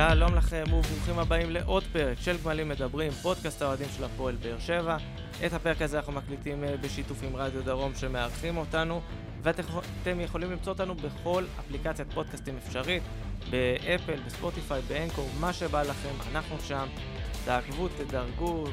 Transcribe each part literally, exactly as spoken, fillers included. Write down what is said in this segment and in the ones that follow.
שלום לכם וברוכים הבאים לעוד פרק של גמלים מדברים, פודקאסט האוהדים של הפועל באר שבע. את הפרק הזה אנחנו מקליטים בשיתוף עם רדיו דרום שמארחים אותנו, ואתם יכולים למצוא אותנו בכל אפליקציית פודקאסטים אפשרית, באפל, בספוטיפיי, באנקור, מה שבא לכם, אנחנו שם. תעקבו, תדרגו,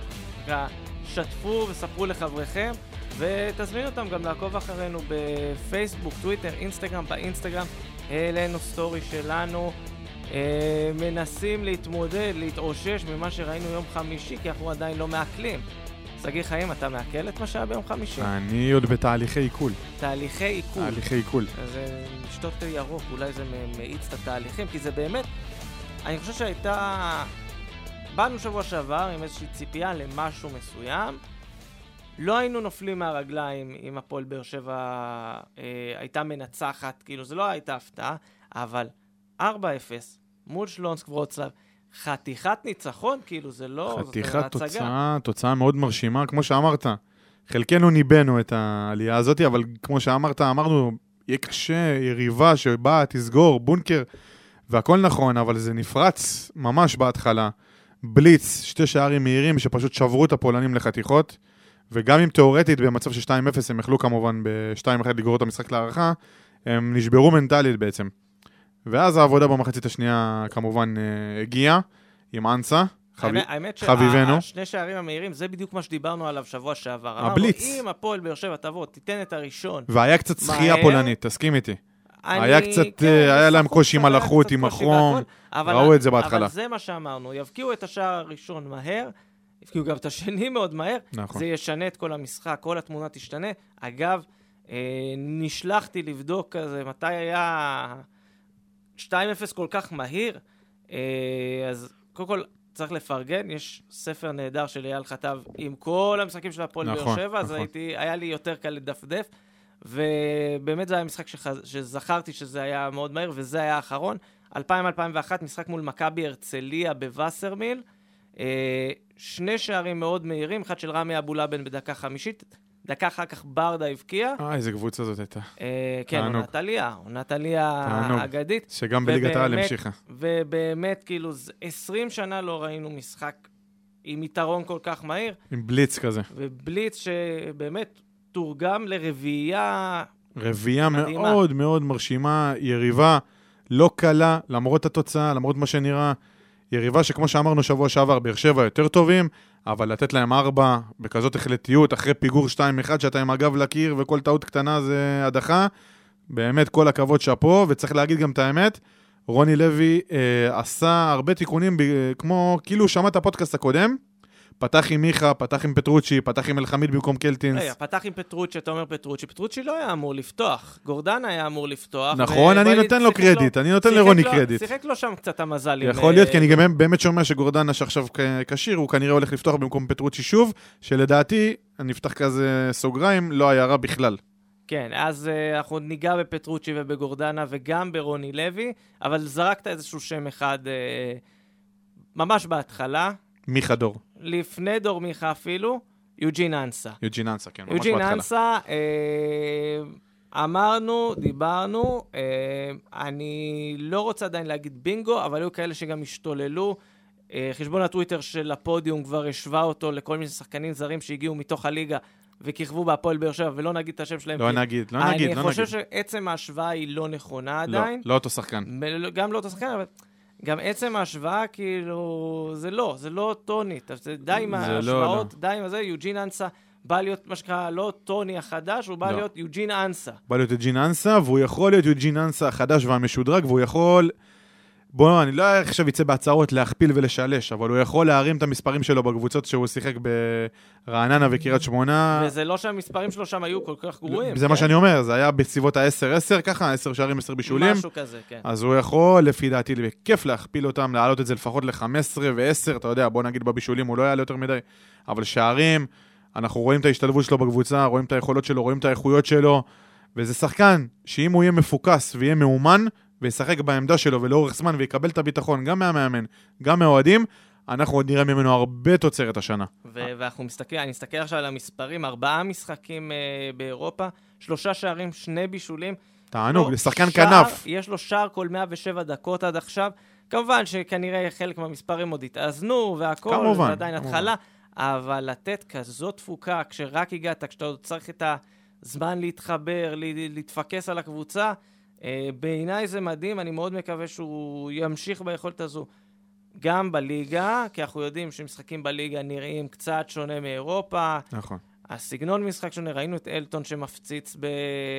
שתפו וספרו לחבריכם, ותזמינו אותם גם לעקוב אחרינו בפייסבוק, טוויטר, אינסטגרם. באינסטגרם העלינו סטורי שלנו, אה, מנסים להתמודד, להתאושש ממה שראינו יום חמישי, כי אנחנו עדיין לא מעכלים. סגי חיים, אתה מעכל את מה שהיה ביום חמישי? אני עוד בתהליכי עיכול. תהליכי עיכול. תהליכי עיכול. אז לשתות ירוק, אולי זה מאיץ את התהליכים, כי זה באמת, אני חושב שהייתה, באנו שבוע שעבר עם איזושהי ציפייה למשהו מסוים, לא היינו נופלים מהרגליים אם הפועל באר שבע אה, הייתה מנצחת, כאילו זה לא הייתה הפתעה, אבל ארבע אפס מול שלונסק ורוצלב, חתיכת ניצחון, כאילו זה לא... חתיכת תוצאה, תוצאה מאוד מרשימה, כמו שאמרת. חלקנו ניבנו את העלייה הזאת, אבל כמו שאמרת, אמרנו, יהיה קשה, יריבה שבאה, תסגור, בונקר, והכל נכון, אבל זה נפרץ ממש בהתחלה. בליץ, שתי שערים מהירים שפשוט שברו את הפולנים לחתיכות, וגם אם תיאורטית במצב של שתיים אפס, הם יכלו כמובן ב-שתיים אחת לגרור את המשחק להערכה, הם נשברו מנטלית בעצם. ואז העבודה במחצית השנייה כמובן הגיעה עם אנסה, חביבנו. האמת שהשני שערים המהירים, זה בדיוק מה שדיברנו עליו שבוע שעבר. הבליץ. אמרנו, אם הפועל באר שבע תבוא, תיתן את הראשון. והיה קצת שחייה פולנית, תסכים איתי. היה קצת, היה להם קושי עם הלחות, עם החום, ראו את זה בהתחלה. אבל זה מה שאמרנו, יבקיעו את השער הראשון מהר, יבקיעו גם את השני מאוד מהר, זה ישנה את כל המשחק, כל התמונה תשתנה. אגב, נשלחתי לבדוק כזה, מתי היה שתיים אפס כל כך מהיר, אז קודם כל צריך לפרגן, יש ספר נהדר של אייל חטב עם כל המשחקים של הפועל באר שבע, אז היה לי יותר קל לדפדף, ובאמת זה היה משחק שזכרתי שזה היה מאוד מהיר, וזה היה האחרון. אלפיים אלפיים ואחת, משחק מול מכבי הרצליה בווסרמיל, שני שערים מאוד מהירים, אחד של רמי אבולאבן בדקה חמישית, דקה אחר כך ברדה הבקיע. אה, איזה קבוצה זאת הייתה. כן, עונת עלייה, עונת עלייה אגדית. שגם בליגת העל המשיכה. ובאמת, כאילו, עשרים שנה לא ראינו משחק עם יתרון כל כך מהיר. עם בליץ כזה. ובליץ שבאמת תורגם לרביעייה רביעייה מאוד מאוד מרשימה, יריבה לא קלה, למרות התוצאה, למרות מה שנראה, יריבה שכמו שאמרנו שבוע שעבר, באר שבע יותר טובים, אבל לתת להם ארבע בכזאת החלטיות, אחרי פיגור שתיים אחד, שאתה עם הגב לקיר וכל טעות קטנה זה הדחה, באמת כל הכבוד שפה, וצריך להגיד גם את האמת, רוני לוי אה, עשה הרבה תיקונים, ב, כמו כאילו שמעת הפודקאסט הקודם, פתח עם מיכה, פתח עם פטרוצ'י, פתח עם אלחמיד במקום קלטינס. רגע, פתח עם פטרוצ'י, אתה אומר פטרוצ'י, פטרוצ'י לא היה אמור לפתוח, גורדן היה אמור לפתוח. נכון, אני נותן לו קרדיט, אני נותן לרוני קרדיט. שיחק לו שם קצת המזל. יכול להיות, כי אני גם באמת שומע שגורדן שעכשיו קשיר, הוא כנראה הולך לפתוח במקום פטרוצ'י שוב, שלדעתי, אני אפתח כזה סוגריים, לא היה רע בכלל. כן, אז אנחנו ניגע בפטרוצ'י ובגורדנה וגם ברוני לוי, אבל זרקת איזשהו שם אחד ממש בהתחלה. מיכה דור. לפני דור מיכה אפילו, יוג'ין אנסה. יוג'ין אנסה, כן, ממש יוג'ין בהתחלה. יוג'ין אנסה, אה, אמרנו, דיברנו, אה, אני לא רוצה עדיין להגיד בינגו, אבל היו כאלה שגם השתוללו. אה, חשבון הטוויטר של הפודיום כבר השווה אותו לכל מיני שחקנים זרים שהגיעו מתוך הליגה, וכיכבו בהפועל באר שבע, ולא נגיד את השם שלהם. לא נגיד, לא נגיד, לא נגיד. אני חושב שעצם ההשוואה היא לא נכונה עדיין. לא, לא אותו שחקן. גם לא אותו שחקן, אבל... גם עצם ההשוואה, כאילו, זה לא, זה לא טונית, זה די עם ההשוואות, די עם זה, יוג'ין אנסה בא להיות, מה שקרה, לא טוני החדש, הוא בא להיות יוג'ין אנסה. בא להיות יוג'ין אנסה, והוא יכול להיות יוג'ין אנסה החדש והמשודרג, והוא יכול, בוא, אני לא עכשיו יצא בהצעות להכפיל ולשלש, אבל הוא יכול להרים את המספרים שלו בקבוצות שהוא שיחק ברעננה וקירת שמונה. וזה לא שהמספרים שלו שם היו כל כך גרועים. זה מה שאני אומר, זה היה בסביבות ה-עשר עשר ככה, עשר שערים, עשר בישולים. משהו כזה, כן. אז הוא יכול, לפי דעתי, בכיף להכפיל אותם, להעלות את זה לפחות ל-חמש עשרה ו-עשר, אתה יודע, בוא נגיד בבישולים, הוא לא יעלה יותר מדי. אבל שערים, אנחנו רואים את ההשתלבות שלו בקבוצה, רואים את היכולות שלו, רואים את האיכויות שלו, וזה שחקן שאם הוא יהיה מפוקס ויהיה מאומן, וישחק בעמדה שלו ולאורך זמן ויקבל את הביטחון גם מהמאמן, גם מהאוהדים, אנחנו עוד נראה ממנו הרבה תוצרת השנה. ואנחנו מסתכלים, אני מסתכל עכשיו על המספרים, ארבעה משחקים באירופה, שלושה שערים, שני בישולים. תענוג, לשחקן כנף. יש לו שער כל מאה ושבע דקות עד עכשיו, כמובן שכנראה חלק מהמספרים עוד התאזנו, והכל, כמובן, זה עדיין כמובן. התחלה, אבל לתת כזאת תפוקה, כשרק הגעת, כשאתה עוד צריך את הזמן להתחבר, להתפקס על הקבוצה, בעיניי זה מדהים, אני מאוד מקווה שהוא ימשיך ביכולת הזו. גם בליגה, כי אנחנו יודעים שמשחקים בליגה נראים קצת שונה מאירופה. נכון. הסגנון משחק שונה, ראינו את אלטון שמפציץ ב...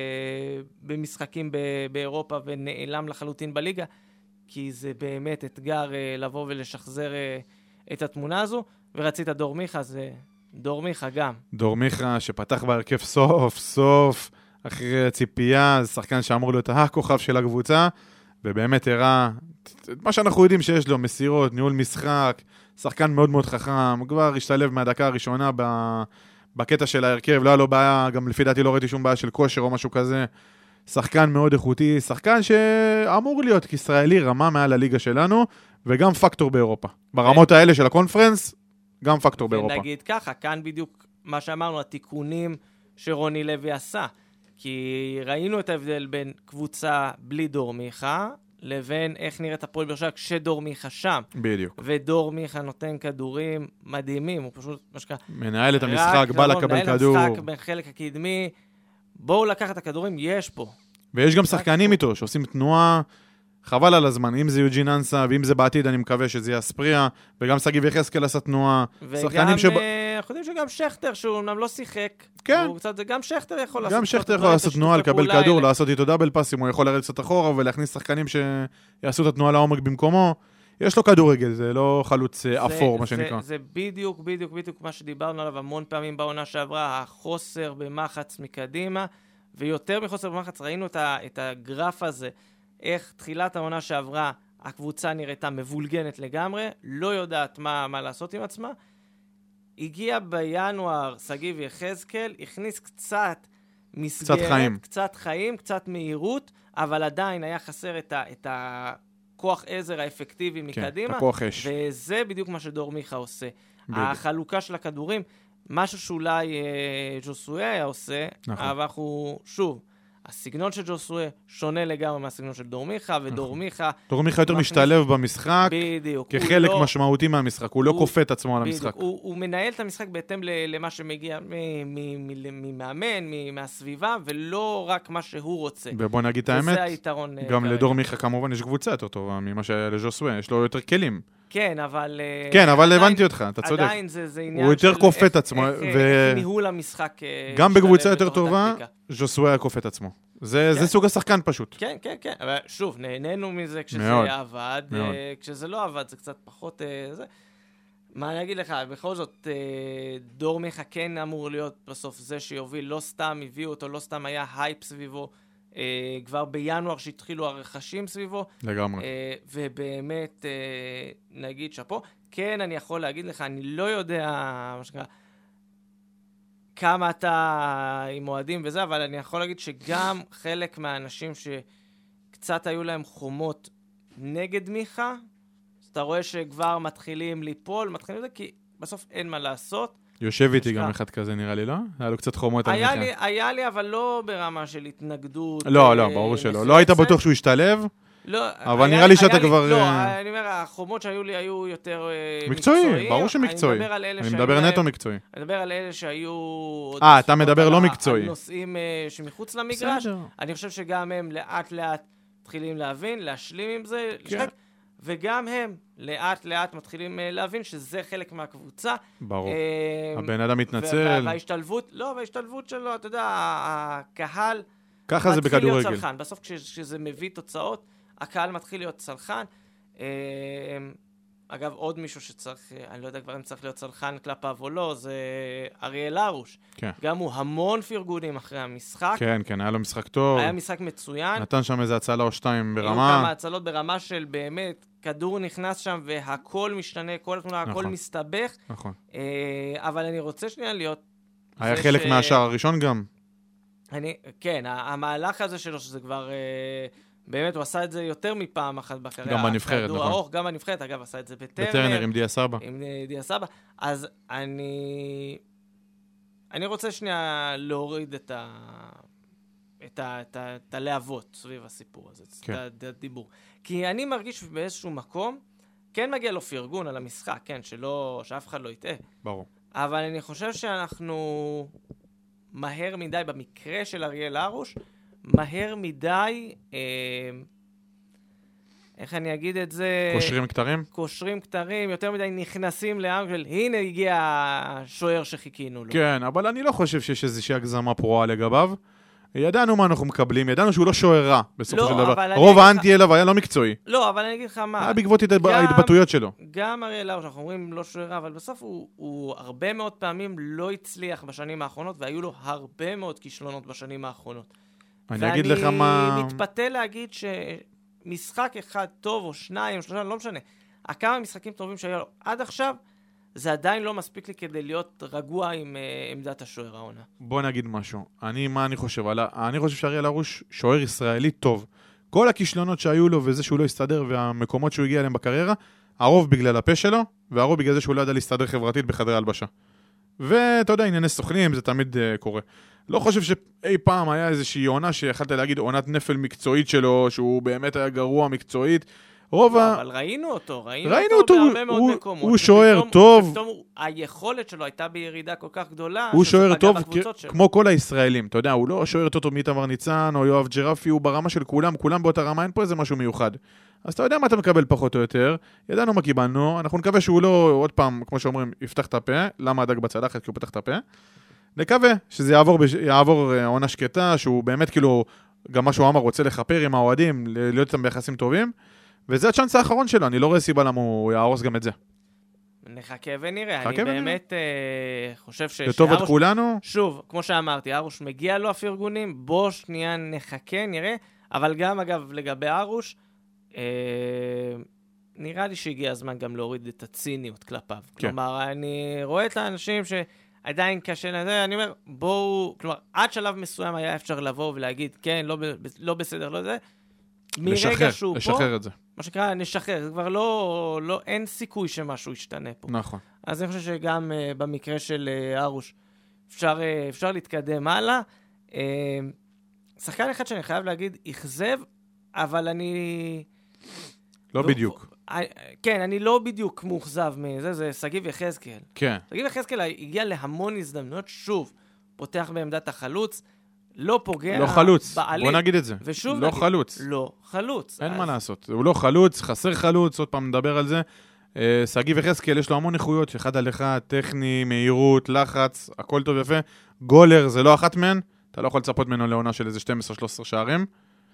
במשחקים ב... באירופה ונעלם לחלוטין בליגה, כי זה באמת אתגר לבוא ולשחזר את התמונה הזו, ורצית דור מיכה, זה דור מיכה גם. דור מיכה שפתח בהרכב סוף סוף, אחרי ציפייה, זה שחקן שאמור להיות הכוכב של הקבוצה, ובאמת הראה את מה שאנחנו יודעים שיש לו, מסירות, ניהול משחק, שחקן מאוד מאוד חכם, כבר השתלב מהדקה הראשונה ב... בקטע של ההרכב, לא היה לו בעיה, גם לפי דעתי לא ראיתי שום בעיה של כושר או משהו כזה, שחקן מאוד איכותי, שחקן שאמור להיות כישראלי רמה מעל הליגה שלנו, וגם פקטור באירופה. ברמות האלה של הקונפרנס, גם פקטור באירופה. ונגיד ככה, כאן בדיוק מה שאמרנו, התיקונים שרוני לוי עשה, כי ראינו את ההבדל בין קבוצה בלי דור מיכה, לבין איך נראית הפועל באר שבע כשדור מיכה שם. בדיוק. ודור מיכה נותן כדורים מדהימים, הוא פשוט משקע. מנהל את המשחק, בא לקבל כדור. מנהל המשחק בחלק הקדמי, בואו לקחת את הכדורים, יש פה. ויש גם שחקנים איתו, שעושים תנועה, חבל על הזמן, אם זה יוג'ין אנסה, ואם זה בעתיד, אני מקווה שזה יספריע, וגם סגיב יחזקאל עשה תנועה. וגם, שב... אנחנו יודעים שגם שכתר, שהוא אומנם לא שיחק, כן. קצת, גם שכתר יכול לעשות... גם שכתר יכול לעשות תנועה, לקבל כדור, לעשות איתו דאבל פאסים, הוא יכול לרדת קצת אחורה, ולהכניס שחקנים שיעשו את התנועה לעומק במקומו. יש לו כדורגל, זה לא חלוץ זה, אפור, מה שנקרא. זה, זה בדיוק, בדיוק, בדיוק מה שדיברנו עליו המון פעמים בעונה שעברה, החוסר במחץ מקדימה, ויותר מחוסר במחץ, ראינו את, ה, את הגרף הזה, איך תחילת העונה שעברה, הקבוצה נראיתה מבולגנת לגמרי, לא יודעת מה, מה לעשות עם עצמה. הגיע בינואר סגיב יחזקאל, הכניס קצת מסגרת, קצת חיים, קצת, חיים, קצת מהירות, אבל עדיין היה חסר את, ה, את הכוח עזר האפקטיבי מקדימה. כן, הכוח אש. וזה בדיוק מה שדור מיכה עושה. בדיוק. החלוקה של הכדורים, משהו שאולי אה, ג'וסואה היה עושה, נכון. אבל אנחנו, שוב, הסגנון של ג'וסואה שונה לגמרי מהסגנון של דור מיכה, ודור מיכה... דור מיכה יותר משתלב במשחק, בדיוק. כחלק משמעותי מהמשחק, הוא לא כופה את עצמו על המשחק. הוא מנהל את המשחק בהתאם למה שמגיע ממאמן, מהסביבה, ולא רק מה שהוא רוצה. ובוא נגיד את האמת, וזה היתרון... גם לדור מיכה כמובן יש קבוצה יותר טובה ממה שהיה לג'וסואה, יש לו יותר כלים. כן, אבל... כן, אבל הבנתי אותך, אתה צודק. עדיין זה עניין הוא יותר כופה את עצמו. איך ניהול המשחק... גם בקבוצה יותר טובה, ג'וסואה היה כופה את עצמו. זה סוג השחקן פשוט. כן, כן, כן. אבל שוב, נהנינו מזה כשזה עבד. כשזה לא עבד, זה קצת פחות... מה אני אגיד לך, בכל זאת, דור מיכה כן אמור להיות בסוף זה שיוביל, לא סתם הביאו אותו, לא סתם היה הייפ סביבו. Uh, כבר בינואר שהתחילו הרכשים סביבו. לגמרי. Uh, ובאמת, uh, נגיד שפה. כן, אני יכול להגיד לך, אני לא יודע, מה שקרה, כמה אתה עם מועדים וזה, אבל אני יכול להגיד שגם חלק מהאנשים שקצת היו להם חומות נגד מיכה, אז אתה רואה שכבר מתחילים ליפול, מתחילים לזה, כי בסוף אין מה לעשות. יושב איתי גם אחד כזה נראה לי, לא? היה לו קצת חומות על מיכה. היה לי, אבל לא ברמה של התנגדות. לא, לא, ברור שלא. לא היית בטוח שהוא ישתלב, אבל נראה לי שאתה כבר... לא, אני אומר, החומות שהיו לי היו יותר מקצועיים. מקצועי, ברור שמקצועי. אני מדבר נטו מקצועי. אני מדבר על אלה שהיו... אה, אתה מדבר לא מקצועי. על נושאים שמחוץ למגרש. אני חושב שגם הם לאט לאט מתחילים להבין, להשלים עם זה, לשחק. וגם הם לאט לאט מתחילים להבין שזה חלק מהקבוצה. ברור. הבן אדם מתנצל. וההשתלבות, לא, וההשתלבות שלו, אתה יודע, הקהל ככה זה בכדורגל. מתחיל להיות צלחן. בסוף כשזה מביא תוצאות, הקהל מתחיל להיות צלחן. אגב, עוד מישהו שצריך, אני לא יודע כבר אם צריך להיות צלחן כלפיו או לא, זה אריאל הרוש. כן. גם הוא המון פרגונים אחרי המשחק. כן, כן, היה לו משחק טוב. היה משחק מצוין. נתן שם איזה הצלה או שתיים ברמה. היו כמה הצלות ברמה של באמת, כדור נכנס שם והכל משתנה, כל התמונה, הכל נכון. מסתבך. נכון. אבל אני רוצה שנייה להיות... היה חלק ש... מהשער הראשון גם. אני, כן, המהלך הזה שלו, שזה כבר... באמת, הוא עשה את זה יותר מפעם אחת בקריירה. גם בנבחרת, נכון. ארוך, גם בנבחרת, אגב, עשה את זה בטרנר. בטרנר, עם דיה סבא. עם דיה סבא. אז אני... אני רוצה שנייה להוריד את ה... את, ה, את, ה, את הלהבות סביב הסיפור הזה, כן. את הדיבור. כי אני מרגיש באיזשהו מקום, כן מגיע לו פרגון על המשחק, כן, שלא, שאף אחד לא יטעה. ברור. אבל אני חושב שאנחנו מהר מדי, במקרה של אריאל הרוש, מהר מדי, אה, איך אני אגיד את זה? קושרים כתרים? קושרים כתרים, יותר מדי נכנסים לעם של, הנה הגיע השוער שחיכינו לו. כן, אבל אני לא חושב שיש איזושהי הגזמה פרועה לגביו. ידענו מה אנחנו מקבלים, ידענו שהוא לא שוער רע בסופו לא, של דבר. אבל רוב אני- האנטי אליו היה לא מקצועי. לא, אבל אני אגיד לך מה. היה בעקבות התב- גם- ההתבטאויות שלו. גם אריאל הרוש, אנחנו אומרים לא שוער רע, אבל בסוף הוא, הוא הרבה מאוד פעמים לא הצליח בשנים האחרונות, והיו לו הרבה מאוד כישלונות בשנים האחרונות. אני אגיד לך מה... ואני מתפתה להגיד שמשחק אחד טוב או שניים או שלושה, לא משנה. הכמה משחקים טובים שהיו לו עד עכשיו, זה עדיין לא מספיק לי כדי להיות רגוע עם uh, עמדת השוער העונה. בוא נגיד משהו. אני, מה אני חושב? על... אני חושב שאריאל הרוש שוער ישראלי טוב. כל הכישלונות שהיו לו וזה שהוא לא הסתדר והמקומות שהוא הגיע אליהם בקריירה, הרוב בגלל הפה שלו, והרוב בגלל זה שהוא לא ידע להסתדר חברתית בחדרי הלבשה. ואתה יודע, ענייני סוכנים, זה תמיד uh, קורה. לא חושב שאי פעם היה איזושהי עונה שיכלת להגיד עונת נפל מקצועית שלו, שהוא באמת היה גרוע מקצועית. רוב ה... אבל ראינו אותו, ראינו, ראינו אותו אותו, בהרבה מאוד הוא- מקומות. הוא שוער ופתאום- טוב. ופתאום היכולת שלו הייתה בירידה כל כך גדולה, הוא שזה שוער פגע טוב בקבוצות כ- שלו. כמו כל הישראלים, אתה יודע, הוא לא שוער יותר טוב מאיתמר ניצן או יואב ג'רפי, הוא ברמה של כולם, כולם באותה רמה, אין פה איזה משהו מיוחד. אז אתה יודע מה אתה מקבל פחות או יותר, ידענו מה קיבלנו, אנחנו נקווה שהוא לא, עוד פעם, כמו שאומרים, יפתח את הפה, למה הדג בצלחת כי הוא פתח את הפה, נקווה שזה יעבור, בש... יעבור אה, עונה שקטה, שהוא באמת כאילו, גם מה שהוא אמר, רוצה לחפר עם האוהדים, ל- להיות איתם ביחסים טובים, וזה הצ'אנס האחרון שלו, אני לא רואה סיבה למה הוא יהרוס גם את זה. נחכה ונראה, נחכה אני ונראה. באמת אה, חושב ש... לטובת שהרוש- כולנו, שוב, כמו שאמרתי, ארוש מגיע לו הפרגונים, בוא שנייה נחכה, נראה, אבל גם אגב לגבי ארוש, אה, נראה לי שהגיע הזמן גם להוריד את הציניות כלפיו. כן. כלומר, אני רואה את האנשים שעדיין קשה לזה, אני אומר, בואו, כלומר, עד שלב מסוים היה אפשר לבוא ולהגיד, כן, לא, ב- לא בסדר, לא זה. מרגע לשחרר, שהוא פה, לשחרר את זה. מה שנקרא, נשחרר, זה כבר לא, לא, אין סיכוי שמשהו ישתנה פה. נכון. אז אני חושב שגם uh, במקרה של uh, ארוש אפשר, uh, אפשר להתקדם הלאה. Uh, שחקן אחד שאני חייב להגיד, אכזב, אבל אני... לא בדיוק. Uh, כן, אני לא בדיוק מאוכזב מזה, זה סגיב יחזקאל. כן. סגיב יחזקאל הגיע להמון הזדמנויות, שוב, פותח בעמדת החלוץ, לא פוגע לא חלוץ, בעלים. בוא נגיד את זה. ושוב לא נגיד, חלוץ. לא חלוץ. אין אז... מה לעשות. הוא לא חלוץ, חסר חלוץ, עוד פעם נדבר על זה. אה, סגיב יחזקאל יש לו המון איכויות, אחד על אחד, טכני, מהירות, לחץ, הכל טוב יפה. גולר זה לא אחת מהן, אתה לא יכול לצפות ממנו לעונה של איזה שתים עשרה שלוש עשרה שערים.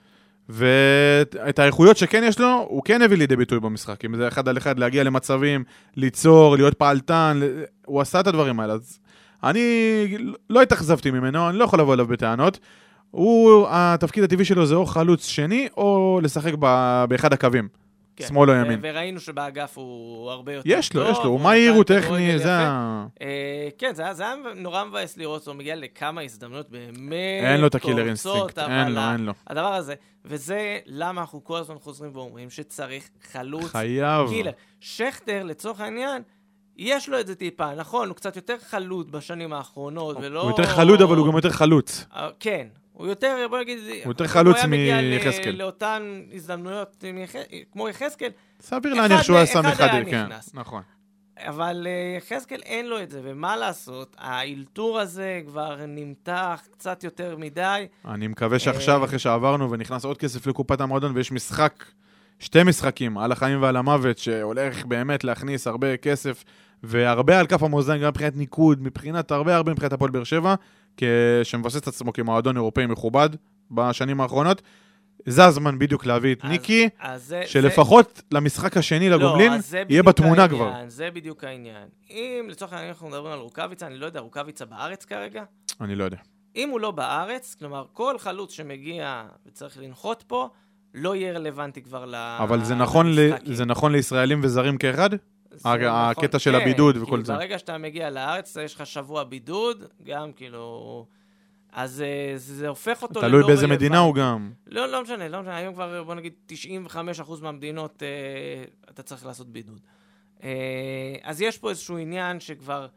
ואת האיכויות שכן יש לו, הוא כן הביא לידי ביטוי במשחק. אם זה אחד על אחד, להגיע למצבים, ליצור, להיות פעלתן, הוא עשה את הדברים האלה. אז אני לא התאכזבתי ממנו, אני לא יכול לבוא אליו בטענות. הוא, התפקיד הטבעי שלו זה או חלוץ שני, או לשחק ב, באחד הקווים. כן. שמאל או ימין. וראינו שבאגף הוא הרבה יותר יש לו, טוב, יש לו, הוא נתן מהיר, הוא כדורגל טכני, יפה. זה ה... אה, כן, זה היה, זה היה נורא מבאס לראות אותו, מגיע לכמה הזדמנויות באמת אין לו את הקילר פורצות, אינסטינקט, אבל אין לו, ה- אין לו. הדבר הזה, וזה למה אנחנו כל הזמן חוזרים ואומרים שצריך חלוץ חייב. קילר. שכטר, לצורך העניין, יש לו את זה טיפה, נכון, הוא קצת יותר חלוד בשנים האחרונות, ולא... הוא יותר חלוד, אבל הוא גם יותר חלוץ. אה, כן. הוא יותר, בוא נגיד... הוא יותר חלוץ הוא היה מיחזקאל. מגיע ל- לאותן הזדמנויות מיח- כמו יחזקאל, סביר אחד להניח שהוא ל- היה שם אחד אחד, היה כן, נכנס. נכון. אבל יחזקאל אין לו את זה, ומה לעשות? האילתור הזה כבר נמתח קצת יותר מדי. אני מקווה שעכשיו, אחרי שעברנו ונכנס עוד כסף לקופת המועדון, ויש משחק, שתי משחקים, על החיים ועל המוות, שהולך באמת להכניס הרבה כסף, והרבה על כף המאזניים, גם מבחינת ניקוד, מבחינת הרבה הרבה מבחינת הפועל באר שבע, שמבסס את עצמו כמועדון אירופאי מכובד בשנים האחרונות. זה הזמן בדיוק להביא את אז- ניקי, אז זה- שלפחות זה... למשחק השני לגומלין, לא, אז זה יהיה בדיוק בתמונה העניין, כבר. זה בדיוק העניין. אם לצורך העניין אנחנו מדברים על רוקאביצה, אני לא יודע, רוקאביצה בארץ כרגע? אני לא יודע. אם הוא לא בארץ, כלומר, כל חלוץ שמגיע וצריך לנחות פה, לא יהיה רלוונטי כבר ל... אבל זה נכון, ל... למשחקים. זה נכון לישראלים וזרים כאחד? זה הקטע נכון, של כן, הבידוד וכל כי זה. ברגע שאתה מגיע לארץ, יש לך שבוע בידוד, גם כאילו... אז אה, זה הופך אותו תלוי ללא באיזה רלוונטי. מדינה הוא גם. לא, לא משנה, לא משנה. היום כבר, בוא נגיד, תשעים וחמישה אחוז מהמדינות אה, אתה צריך לעשות בידוד. אה, אז יש פה איזשהו עניין שכבר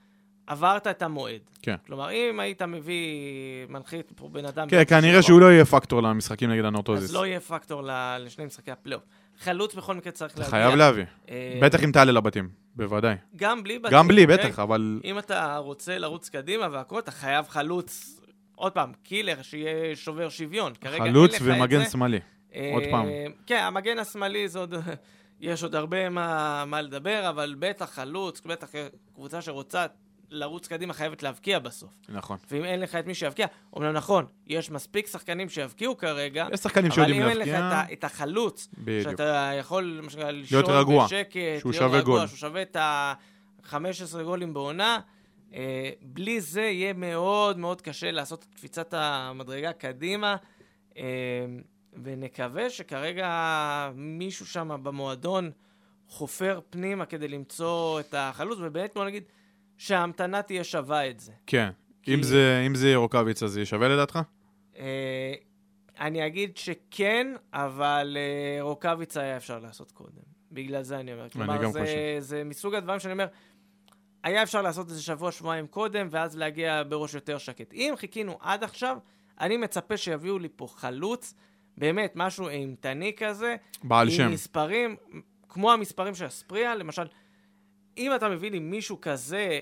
עברת את המועד. כן. כלומר, אם היית מביא מנחית פה בן אדם... כן, כנראה שהוא לא יהיה פקטור למשחקים נגד הנורטוזיס. אז לא יהיה פקטור לשני משחקי הפלייאוף. חלוץ בכל מקרה צריך להגיע. חייב להביא. בטח אם תעלה לבתים, בוודאי. גם בלי בתים. גם בלי, בטח, אבל... אם אתה רוצה לרוץ קדימה והכל, אתה חייב חלוץ, עוד פעם, קילר, שיהיה שובר שוויון. חלוץ ומגן שמאלי. עוד פעם. כן, המגן השמאלי זה עוד... יש עוד הרבה מה, מה לדבר, אבל בטח חלוץ, בטח קבוצה שרוצה לרוץ קדימה חייבת להבקיע בסוף. נכון. ואם אין לך את מי שיבקיע, אומנם נכון, יש מספיק שחקנים שיבקיעו כרגע, יש שחקנים שיודעים להבקיע. להבקיע. אבל אם אין לך את, את החלוץ, בדיוק. שאתה יכול להיות רגוע, בשקט, שהוא להיות שווה רגוע, גול. שהוא שווה את ה-חמישה עשר גולים בעונה, אה, בלי זה יהיה מאוד מאוד קשה לעשות את קפיצת המדרגה קדימה, אה, ונקווה שכרגע מישהו שם במועדון חופר פנימה כדי למצוא את החלוץ, ובאמת בוא נגיד שההמתנה תהיה שווה את זה. כן. כי... אם זה, אם זה רוקאביץ, אז זה שווה לדעתך? אה, אני אגיד שכן, אבל אה, רוקאביץ היה אפשר לעשות קודם. בגלל זה אני אומר. כלומר, אני זה, זה מסוג הדברים שאני אומר, היה אפשר לעשות איזה שבוע, שבועיים קודם, ואז להגיע בראש יותר שקט. אם חיכינו עד עכשיו, אני מצפה שיביאו לי פה חלוץ, באמת, משהו אימתני כזה. בעל שם. עם מספרים, כמו המספרים של הספריה, למשל, אם אתה מביא לי מישהו כזה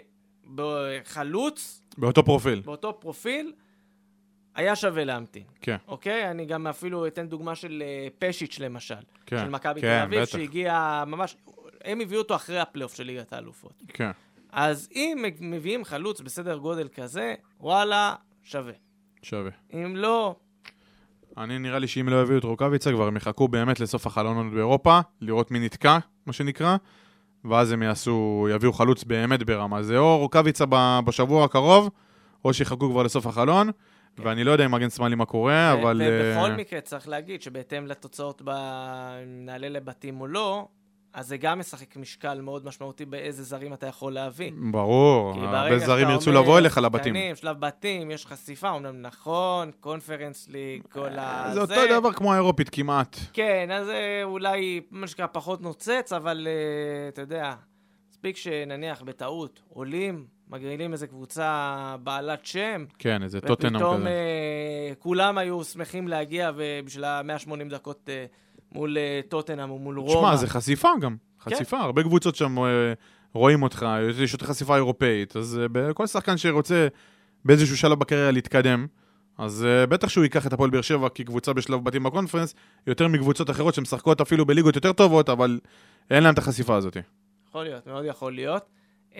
בחלוץ, באותו פרופיל. באותו פרופיל, היה שווה להמתין. כן. אוקיי? אני גם אפילו אתן דוגמה של פשיץ' למשל. כן. של מכבי כן, תל אביב, בטח. שהגיע ממש, הם הביאו אותו אחרי הפלייאוף של ליגת האלופות. כן. אז אם מביאים חלוץ בסדר גודל כזה, וואלה, שווה. שווה. אם לא... אני נראה לי שאם לא יביאו את רוקאביצה, כבר הם יחכו באמת לסוף החלונות באירופה, לראות מי נתקע, מה שנקרא, ואז הם יעשו, יביאו חלוץ באמת ברמה. זה או רוקאביצה בשבוע הקרוב, או שיחכו כבר לסוף החלון, כן. ואני לא יודע אם מגן שמאלי מה קורה, ו- אבל... ובכל מקרה צריך להגיד שבהתאם לתוצאות נעלה לבתים או לא, אז זה גם משחק משקל מאוד משמעותי באיזה זרים אתה יכול להביא. ברור, הרבה זרים ירצו לבוא אליך לבתים. שלב בתים, יש חשיפה, אומנם נכון, קונפרנס ליג, כל ה... זה אותו דבר כמו האירופית כמעט. כן, אז אולי מה שקרה פחות נוצץ, אבל אתה יודע, מספיק שנניח בטעות עולים, מגרילים איזה קבוצה בעלת שם. כן, איזה טוטנהאם כזה. ופתאום כולם היו שמחים להגיע בשביל ה-מאה ושמונים דקות מול טוטנהאם או מול רומא. תשמע, זה חשיפה גם. חשיפה, כן. הרבה קבוצות שם רואים אותך, יש יותר חשיפה אירופאית, אז כל שחקן שרוצה באיזשהו שלב בקריירה להתקדם, אז בטח שהוא ייקח את הפועל באר שבע כקבוצה בשלב בתים בקונפרנס, יותר מקבוצות אחרות שמשחקות אפילו בליגות יותר טובות, אבל אין להם את החשיפה הזאת. יכול להיות, מאוד יכול להיות.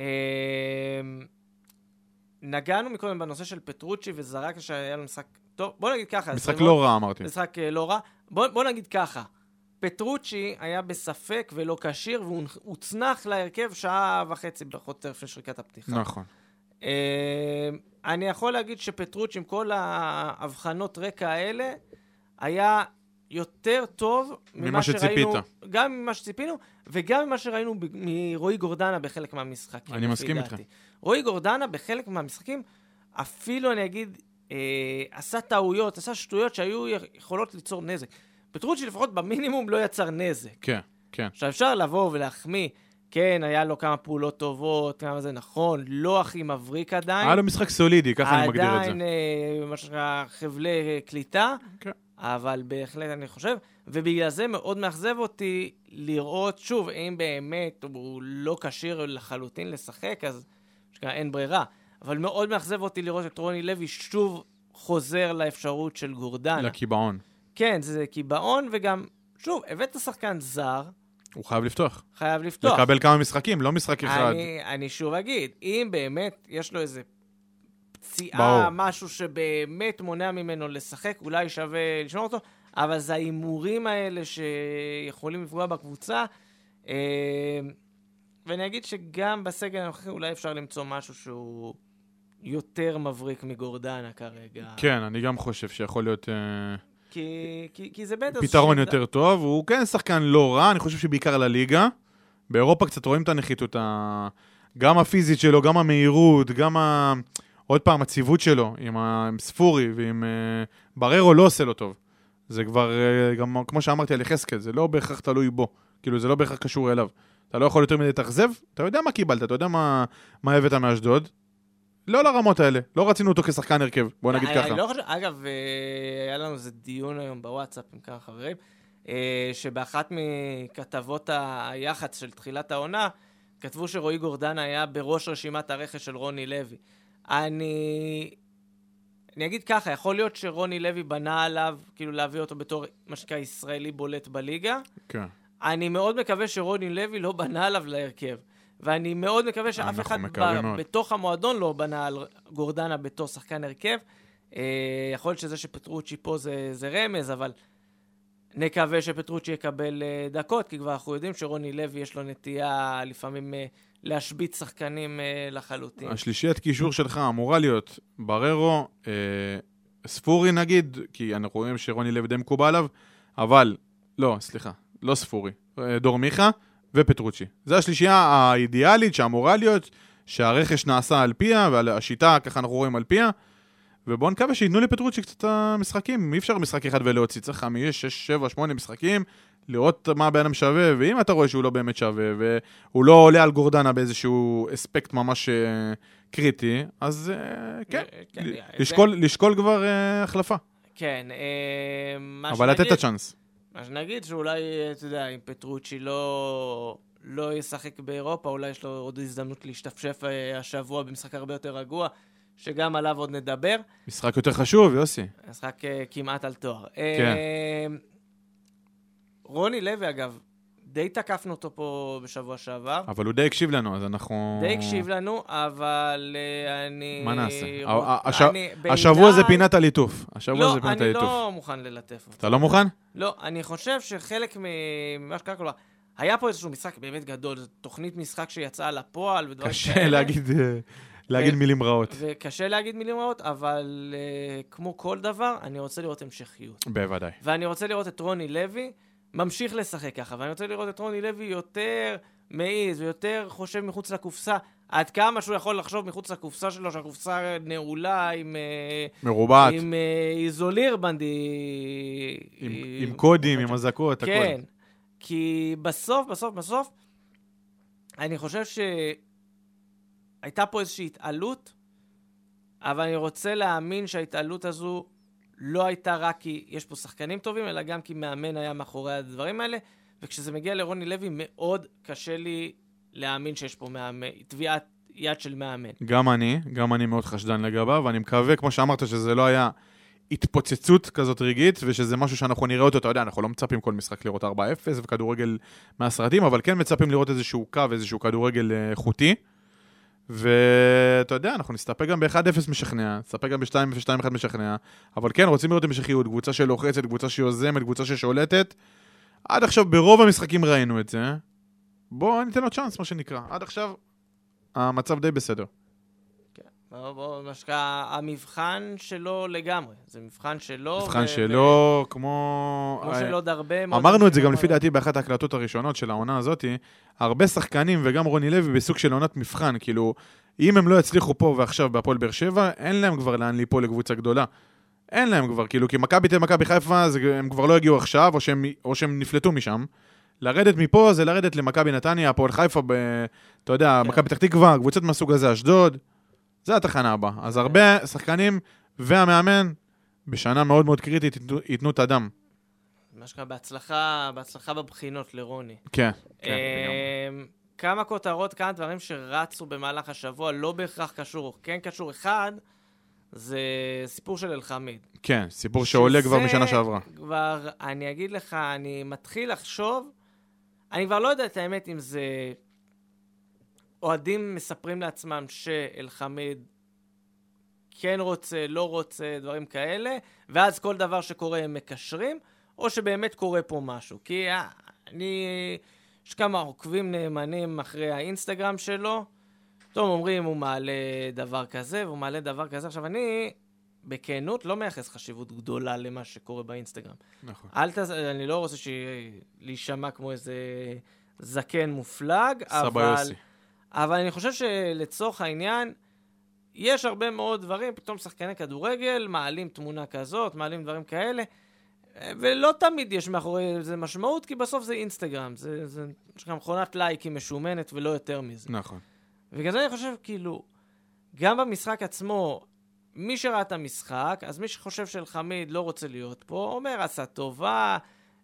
נגענו מקודם בנושא של פטרוצ'י וזרק שהיה לו משחק טוב, בוא נגיד ככה. משחק לא רע, אמרתי. משחק לא רע. בוא, בוא נגיד ככה. פטרוצ'י היה בספק ולא קשיר, והוא הוצנח להרכב שעה וחצי פחות לפני שריקת הפתיחה. נכון. אני יכול להגיד שפטרוצ'י עם כל ההבחנות רקע האלה, היה יותר טוב ממה שראינו, גם ממה שציפינו, וגם ממה שראינו מרועי גורדנה בחלק מהמשחקים. אני מסכים איתך. רועי גורדנה בחלק מהמשחקים, אפילו אני אגיד, אה, עשה טעויות, עשה שטויות שהיו יכולות ליצור נזק. פטרוצ'י לפחות במינימום לא יצר נזק. כן, כן. עכשיו אפשר לבוא ולהחמיא, כן, היה לו כמה פעולות טובות, כמה זה נכון, לא הכי מבריק עדיין. היה לו משחק סולידי, ככה אני מגדיר את זה. עדיין, אה, מה שנקרא, חבלי קליטה. כן. אבל בהחלט אני חושב, ובגלל זה מאוד מאכזב אותי לראות, שוב, אם באמת הוא לא קשיר לחלוטין לשחק, אז אין ברירה. אבל מאוד מאכזב אותי לראות את רוני לוי שוב חוזר לאפשרות של גורדנה. לקיבעון. כן, זה קיבעון, וגם, שוב, הבאת שחקן זר. הוא חייב לפתוח. חייב לפתוח. לקבל כמה משחקים, לא משחק אחד. אני, אני שוב אגיד, אם באמת יש לו איזה פציעה, משהו שבאמת מונע ממנו לשחק, אולי שווה לשמור אותו, אבל זה האימורים האלה שיכולים לפגוע בקבוצה, ואני אגיד שגם בסגל הנוכחי אולי אפשר למצוא משהו שהוא יותר מבריק מגורדנה כרגע. כן, אני גם חושב שיכול להיות כי, כי, כי זה בטח פתרון יותר טוב, הוא כן שחקן לא רע, אני חושב שבעיקר לליגה, באירופה קצת רואים את הנחיתות, גם הפיזית שלו, גם המהירות, גם ה... עוד פעם, הציוות שלו, עם ספורי ועם בררו לא עושה לו טוב. זה כבר, גם כמו שאמרתי על יחזקאל, זה לא בהכרח תלוי בו. כאילו, זה לא בהכרח קשור אליו. אתה לא יכול יותר מדי תחזב, אתה יודע מה קיבלת, אתה יודע מה, מה הבאת מאשדוד, לא לרמות האלה, לא רצינו אותו כשחקן הרכב, בוא נגיד ככה. לא חושב, אגב, היה לנו איזה דיון היום בוואטסאפ עם כמה חברים, שבאחת מכתבות היח"צ של תחילת העונה, כתבו שרועי גורדנה היה בראש רשימת הרכש של רוני לוי. אני... אני אגיד ככה, יכול להיות שרוני לוי בנה עליו, כאילו להביא אותו בתור משקע ישראלי בולט בליגה. כן. אני מאוד מקווה שרוני לוי לא בנה עליו להרכב. ואני מאוד מקווה שאף אחד ב- בתוך המועדון לא בנה על גורדנה בתור שחקן הרכב. אה, יכול להיות שזה שפטרוצ'י פה זה, זה רמז, אבל נקווה שפטרוצ'י יקבל אה, דקות, כי כבר אנחנו יודעים שרוני לוי יש לו נטייה לפעמים אה, להשבית שחקנים אה, לחלוטין. השלישיית קישור שלך אמורה להיות בררו, אה, ספורי נגיד, כי אנחנו רואים שרוני לוי די מקובל עליו, אבל לא, סליחה, לא ספורי, אה, דור מיכה, ופטרוצ'י. זו השלישייה האידיאלית שאמורה להיות, שהרכש נעשה על פיה, והשיטה ככה אנחנו רואים על פיה, ובואו נקווה שיתנו לפטרוצ'י קצת המשחקים. אי אפשר משחק אחד ולהוציא, צריך חמש, שש, שבע, שמונה משחקים, לראות מה הבן אדם שווה, ואם אתה רואה שהוא לא באמת שווה, והוא לא עולה על גורדנה באיזשהו אספקט ממש קריטי, אז כן, לשקול כבר החלפה. כן, אבל לתת את הצ'אנס. מה שנגיד שאולי, אתה יודע, אם פטרוצ'י לא, לא ישחק באירופה, אולי יש לו עוד הזדמנות להשתפשף השבוע במשחק הרבה יותר רגוע, שגם עליו עוד נדבר. משחק יותר חשוב, יוסי. משחק כמעט על תואר. כן. רוני לוי, אגב, די תקפנו אותו פה בשבוע שעבר. אבל הוא די הקשיב לנו, אז אנחנו... די הקשיב לנו, אבל אני... מה נעשה? השבוע זה פינת הליטוף. השבוע זה פינת הליטוף. לא, אני לא מוכן ללטף אותו. אתה לא מוכן? לא, אני חושב שחלק ממה שקרה כלומר, היה פה איזשהו משחק באמת גדול, זו תוכנית משחק שיצאה לפועל ודברים כאלה. קשה להגיד, להגיד מילים רעות. וקשה להגיד מילים רעות, אבל כמו כל דבר, אני רוצה לראות המשכיות. בוודאי. ואני רוצה לראות את רוני לוי ממשיך לשחק ככה, ואני רוצה לראות את רוני לוי יותר מעיז ויותר חושב מחוץ לקופסה, עד כמה שהוא יכול לחשוב מחוץ לקופסה שלו, שהקופסה נעולה עם... מרובעת. עם איזוליר בנדי... עם, עם קודים, עם הזקות, הכל. כן, כי בסוף, בסוף, בסוף, אני חושב שהייתה פה איזושהי התעלות, אבל אני רוצה להאמין שההתעלות הזו לא הייתה רק כי יש פה שחקנים טובים, אלא גם כי מאמן היה מאחורי הדברים האלה, וכשזה מגיע לרוני לוי, מאוד קשה לי להאמין שיש פה מאמן, תביעת יד של מאמן. גם אני, גם אני מאוד חשדן לגביו, ואני מקווה, כמו שאמרת, שזה לא היה התפוצצות כזאת רגעית, ושזה משהו שאנחנו נראה אותו, אתה יודע, אנחנו לא מצפים כל משחק לראות ארבע אפס וכדורגל מהסרטים, אבל כן מצפים לראות איזשהו קו, איזשהו כדורגל איכותי, ואתה יודע, אנחנו נסתפק גם ב-אחד אפס משכנע, נסתפק גם ב-שתיים אפס שתיים אחת משכנע, אבל כן, רוצים לראות המשכיות, קבוצה שלוחצת, קבוצה שיוזמת, קבוצה ששולטת. עד עכשיו ברוב המשחקים ראינו את זה. בואו ניתן לו צ'אנס, מה שנקרא. עד עכשיו המצב די בסדר. כן, בואו, בואו, משקע, המבחן שלו לגמרי. זה מבחן שלו. מבחן שלו, כמו... כמו שלו דרבה. אמרנו את זה גם לפי דעתי באחת ההקלטות הראשונות של העונה הזאת. הרבה שחקנים וגם רוני לוי בסוג של עונת מבחן. כאילו, אם הם לא יצליחו פה ועכשיו בהפועל באר שבע, אין להם כבר לאן ליפול לקבוצה גדולה. אין להם כבר, כאילו, כי מכבי תל מכבי חיפה, הם כבר לא הגיעו עכשיו, או שהם, או שהם נפלטו משם. לרדת מפה זה לרדת למכבי נתניה, הפועל חיפה, ב, אתה יודע, כן. מכבי פתח תקווה, קבוצות מהסוג הזה, אשדוד. זה התחנה הבאה. אז כן. הרבה שחקנים והמאמן, בשנה מאוד מאוד קריטית, ייתנו, ייתנו את הדם. מה שקרה, בהצלחה, בהצלחה בבחינות לרוני. כן, כן. אה, כמה כותרות, כמה דברים שרצו במהלך השבוע, לא בהכרח קשור, כן קשור אחד, זה סיפור של אלחמיד. כן, סיפור שעולה כבר משנה שעברה. כבר, אני אגיד לך, אני מתחיל לחשוב, אני כבר לא יודע את האמת אם זה אוהדים מספרים לעצמם שאלחמיד כן רוצה, לא רוצה, דברים כאלה, ואז כל דבר שקורה הם מקשרים, או שבאמת קורה פה משהו. כי אני, יש כמה עוקבים נאמנים אחרי האינסטגרם שלו, טוב, אומרים, הוא מעלה דבר כזה, והוא מעלה דבר כזה. עכשיו, אני, בכנות, לא מייחס חשיבות גדולה למה שקורה באינסטגרם. נכון. אל תז... אני לא רוצה להישמע כמו איזה זקן מופלג, אבל... יוסי. אבל אני חושב שלצורך העניין, יש הרבה מאוד דברים, פתאום שחקני כדורגל, מעלים תמונה כזאת, מעלים דברים כאלה, ולא תמיד יש מאחורי זה משמעות, כי בסוף זה אינסטגרם. זה, זה, יש גם מכונת לייקים משומנת ולא יותר מזה. נכון. וכזה אני חושב, כאילו, גם במשחק עצמו, מי שראה את המשחק, אז מי שחושב שאל-חמיד לא רוצה להיות פה, אומר, עשה טובה,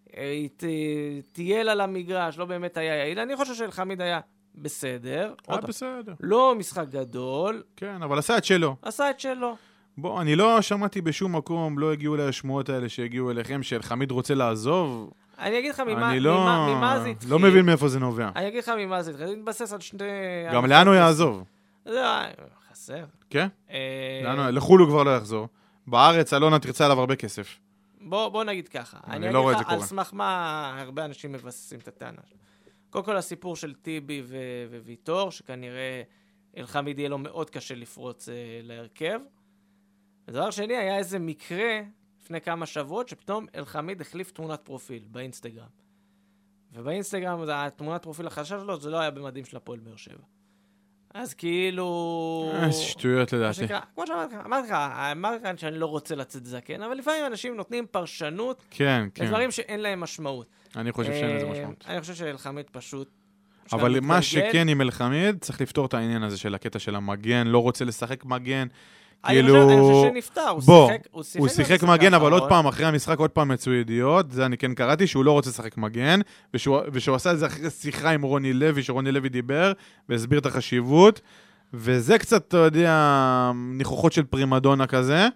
תייל על המגרש, לא באמת היה יעיל. אני חושב שאל-חמיד היה בסדר. היה בסדר. לא משחק גדול. כן, אבל עשה את שלו. עשה את שלו. בוא, אני לא שמעתי בשום מקום, לא הגיעו אלי השמועות האלה שהגיעו אליכם, שאל-חמיד רוצה לעזוב. אני אגיד לך ממה, לא, ממה, ממה זה התחיל. לא מבין מאיפה זה נובע. אני אגיד לך ממה זה התחיל. אני מתבסס על שני... גם לאן הוא יעזוב? לא, חסר. כן? לחול הוא כבר לא יחזור. בארץ אלונה תרצה עליו הרבה כסף. בוא, בוא נגיד ככה. אני לא רואה את זה קורה. על סמך מה הרבה אנשים מבססים את הטענה. קודם כל הסיפור של טיבי וויטור, שכנראה אל-חמיד יהיה לו מאוד קשה לפרוץ להרכב. ודבר שני, היה איזה מקרה לפני כמה שבועות, שפתאום אל-חמיד החליף תמונת פרופיל באינסטגרם. ובאינסטגרם, התמונת פרופיל החדשה שלו, זה לא היה במדים של הפועל באר שבע. אז כאילו... שטויות לדעתי. כמו שאמרתי לך, אמרתי לך, אמרתי לך שאני לא רוצה לצאת זקן, אבל לפעמים אנשים נותנים פרשנות לדברים שאין להם משמעות. אני חושב שאין לזה משמעות. אני חושב שאל-חמיד פשוט... אבל מה שכן עם אל-חמיד, צריך לפתור את העניין הזה של הקטע של המגן, לא רוצה לשחק מגן. אני חושב שנפטר, הוא שיחק מגן, אבל עוד פעם, אחרי המשחק עוד פעם מצאו ידיעות, זה אני כן קראתי, שהוא לא רוצה לשחק מגן, ושהוא עשה את זה אחרי שיחה עם רוני לוי, שרוני לוי דיבר, והסביר את החשיבות, וזה קצת, אתה יודע, ניחוחות של פרימדונה כזה,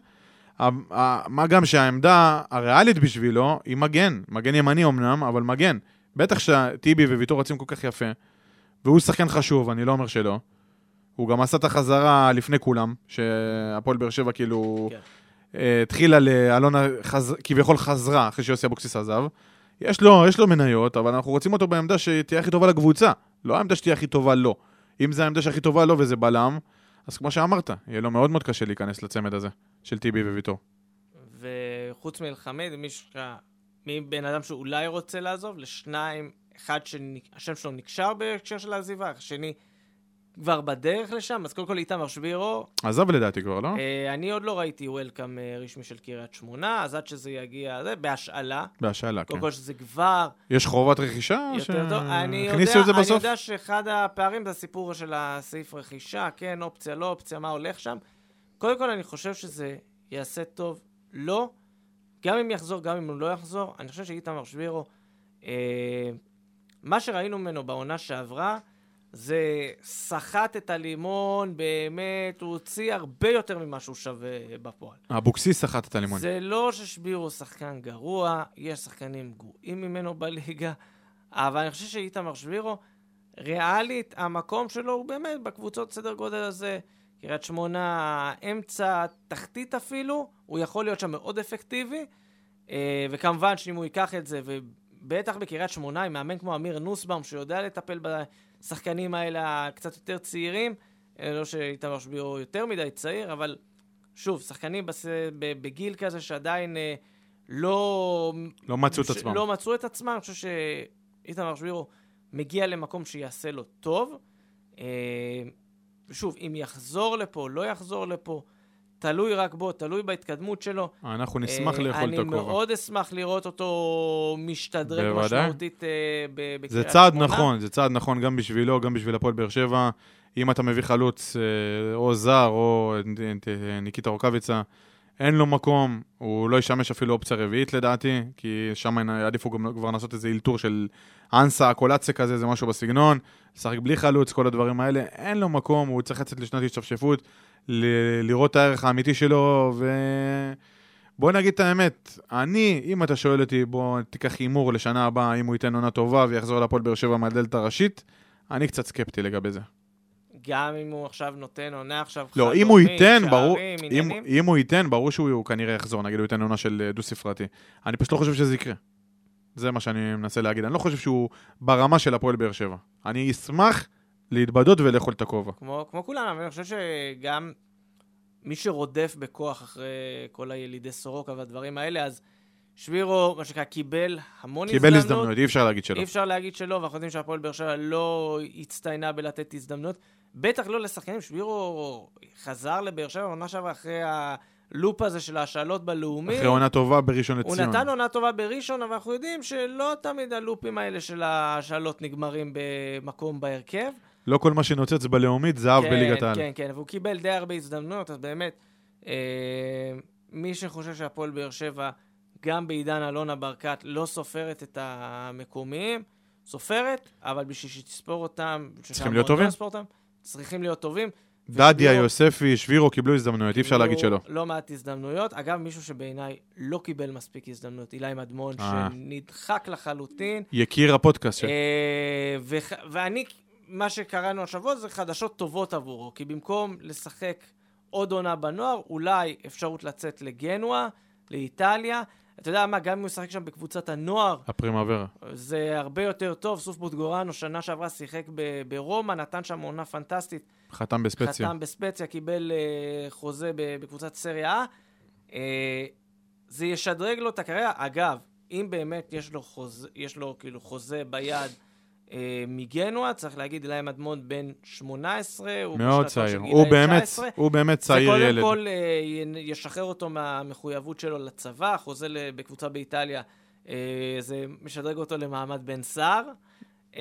מה גם שהעמדה הריאלית בשבילו, היא מגן, מגן ימני אמנם, אבל מגן. בטח שטיבי וויטור רצים כל כך יפה, והוא שחקן חשוב, אני לא אומר שלא. הוא גם עשה את החזרה לפני כולם, שהפועל באר שבע כאילו התחילה לאלונה, כביכול חזרה, אחרי שיוסי אבוקסיס עזב. יש לו, יש לו מניות, אבל אנחנו רוצים אותו בעמדה שתהיה הכי טובה לקבוצה, לא העמדה שתהיה הכי טובה לו. אם זה העמדה שהכי טובה לו וזה בלם, אז כמו שאמרת, יהיה לו מאוד מאוד קשה להיכנס לצמד הזה, של טיבי וויטור. וחוץ מאל-חמיד, מי בן אדם שאולי רוצה לעזוב, לשניים, אחד שהשם שלו נקשר בהקשר של העזיבה, השני כבר בדרך לשם, אז קודם כל איתמר שבירו. עזב לדעתי כבר, לא? אני עוד לא ראיתי וולקאם רשמי של קריית שמונה, אז עד שזה יגיע, זה בהשאלה. בהשאלה, כן. קודם כל שזה כבר... יש חובת רכישה? הכניסו את זה בסוף? אני יודע שאחד הפערים זה הסיפור של הסעיף רכישה, כן, אופציה, לא אופציה, מה הולך שם. קודם כל אני חושב שזה יעשה טוב, לא. גם אם יחזור, גם אם הוא לא יחזור, אני חושב שאיתמר שבירו, מה שראינו ממנו בעונה שעברה, זה שחט את הלימון, באמת, הוא הוציא הרבה יותר ממה שהוא שווה בפועל. אבוקסיס שחט את הלימון. זה לא ששבירו שחקן גרוע, יש שחקנים גרועים ממנו בליגה, אבל אני חושב שאיתמר שבירו, ריאלית, המקום שלו הוא באמת בקבוצות סדר גודל הזה, קריית שמונה, אמצע, תחתית אפילו, הוא יכול להיות שם מאוד אפקטיבי, וכמובן שאם הוא ייקח את זה, ובטח בקריית שמונה, עם מאמן כמו אמיר נוסבאום, שיודע לטפל בשחקנים האלה קצת יותר צעירים, לא שאיתמר שבירו יותר מדי צעיר, אבל שוב, שחקנים בגיל כזה שעדיין לא... לא מצאו את עצמם. לא מצאו את עצמם, אני חושב שאיתמר שבירו מגיע למקום שיעשה לו טוב, ושוב, אם יחזור לפה, לא יחזור לפה, תלוי רק בו, תלוי בהתקדמות שלו. אנחנו נשמח לאכול את הכובע. אני מאוד אשמח לראות אותו משתדרג משמעותית בקריית שמונה. זה צעד נכון, זה צעד נכון גם בשבילו, גם בשביל הפועל באר שבע. אם אתה מביא חלוץ או זר או ניקיטה רוקאביצה, אין לו מקום, הוא לא ישמש אפילו אופציה רביעית לדעתי, כי שם עדיפו כבר לעשות איזה אילתור של אנסה, קולציה כזה, זה משהו בסגנון, לשחק בלי חלוץ, כל הדברים האלה, אין לו מקום, הוא צריך לצאת לשנת השתפשפות, ל- לראות את הערך האמיתי שלו, ובוא נגיד את האמת, אני, אם אתה שואל אותי, בוא תיקח אימור לשנה הבאה, אם הוא ייתן עונה טובה ויחזור לפועל באר שבע מהדלת הראשית, אני קצת סקפטי לגבי זה. גם אם הוא עכשיו נותן עונה עכשיו לא, חלומית, אם הוא ייתן, ברור, אם, אם הוא ייתן, ברור שהוא הוא כנראה יחזור, נגיד הוא ייתן עונה של דו ספרתי. אני פשוט לא חושב שזה יקרה. זה מה שאני מנסה להגיד. אני לא חושב שהוא ברמה של הפועל באר שבע. אני אשמח להתבדות ולאכול את הכובע. כמו, כמו כולם, אבל אני חושב שגם מי שרודף בכוח אחרי כל הילידי סורוקה והדברים האלה, אז שבירו, מה שקרה, קיבל המון קיבל הזדמנות. קיבל הזדמנות, אי אפשר להגיד שלא. אי אפשר להגיד שלא, ואנחנו יודעים שהפועל באר שבע לא הצטיינה בלתת הזדמנות. בטח לא לשחקנים, שבירו חזר לבאר שבע, עונה שעברה אחרי הלופ הזה של השאלות בלאומי. אחרי עונה טובה בראשון לציון. הוא נתן עונה טובה בראשון, אבל אנחנו יודעים שלא תמיד הלופים האלה של השאלות נגמרים במקום בהרכב. לא כל מה שנוצץ בלאומית, זהב כן, בליגת העל. כן, כן, והוא קיבל די הרבה הזדמנויות, אז באמת, אה, מי שחושב שהפועל באר שבע, גם בעידן אלונה ברקת, לא סופרת את המקומיים, סופרת, אבל בשביל שתספור אותם, צריכים להיות טובים? אותם, צריכים להיות טובים. דדיה, יוספי, שבירו קיבלו הזדמנויות, אי אפשר להגיד שלא. לא מעט הזדמנויות. אגב, מישהו שבעיניי לא קיבל מספיק הזדמנויות, אילי מדמון, שנדחק לחלוטין. יקיר הפודקאסט. ואני, מה שקראנו השבוע זה חדשות טובות עבורו, כי במקום לשחק עוד עונה בנוער, אולי אפשרות לצאת לגנואה, לאיטליה. אתה יודע מה, גם אם הוא ישחק שם בקבוצת הנוער, הפרימוורה. זה הרבה יותר טוב. סוף בוטגורנו, שנה שעברה שיחק ברומא, נתן שם עונה פנטסטית. חתם בספציה. חתם בספציה, קיבל uh, חוזה בקבוצת סריה A. Uh, זה ישדרג לו את הקריירה. אגב, אם באמת יש לו חוזה, יש לו כאילו חוזה ביד uh, מגנואה, צריך להגיד, אילי מדמון בן שמונה עשרה, מאוד צעיר. הוא באמת, הוא באמת צעיר ילד. זה קודם כל uh, ישחרר אותו מהמחויבות שלו לצבא, חוזה בקבוצה באיטליה, uh, זה משדרג אותו למעמד בן שר. Uh,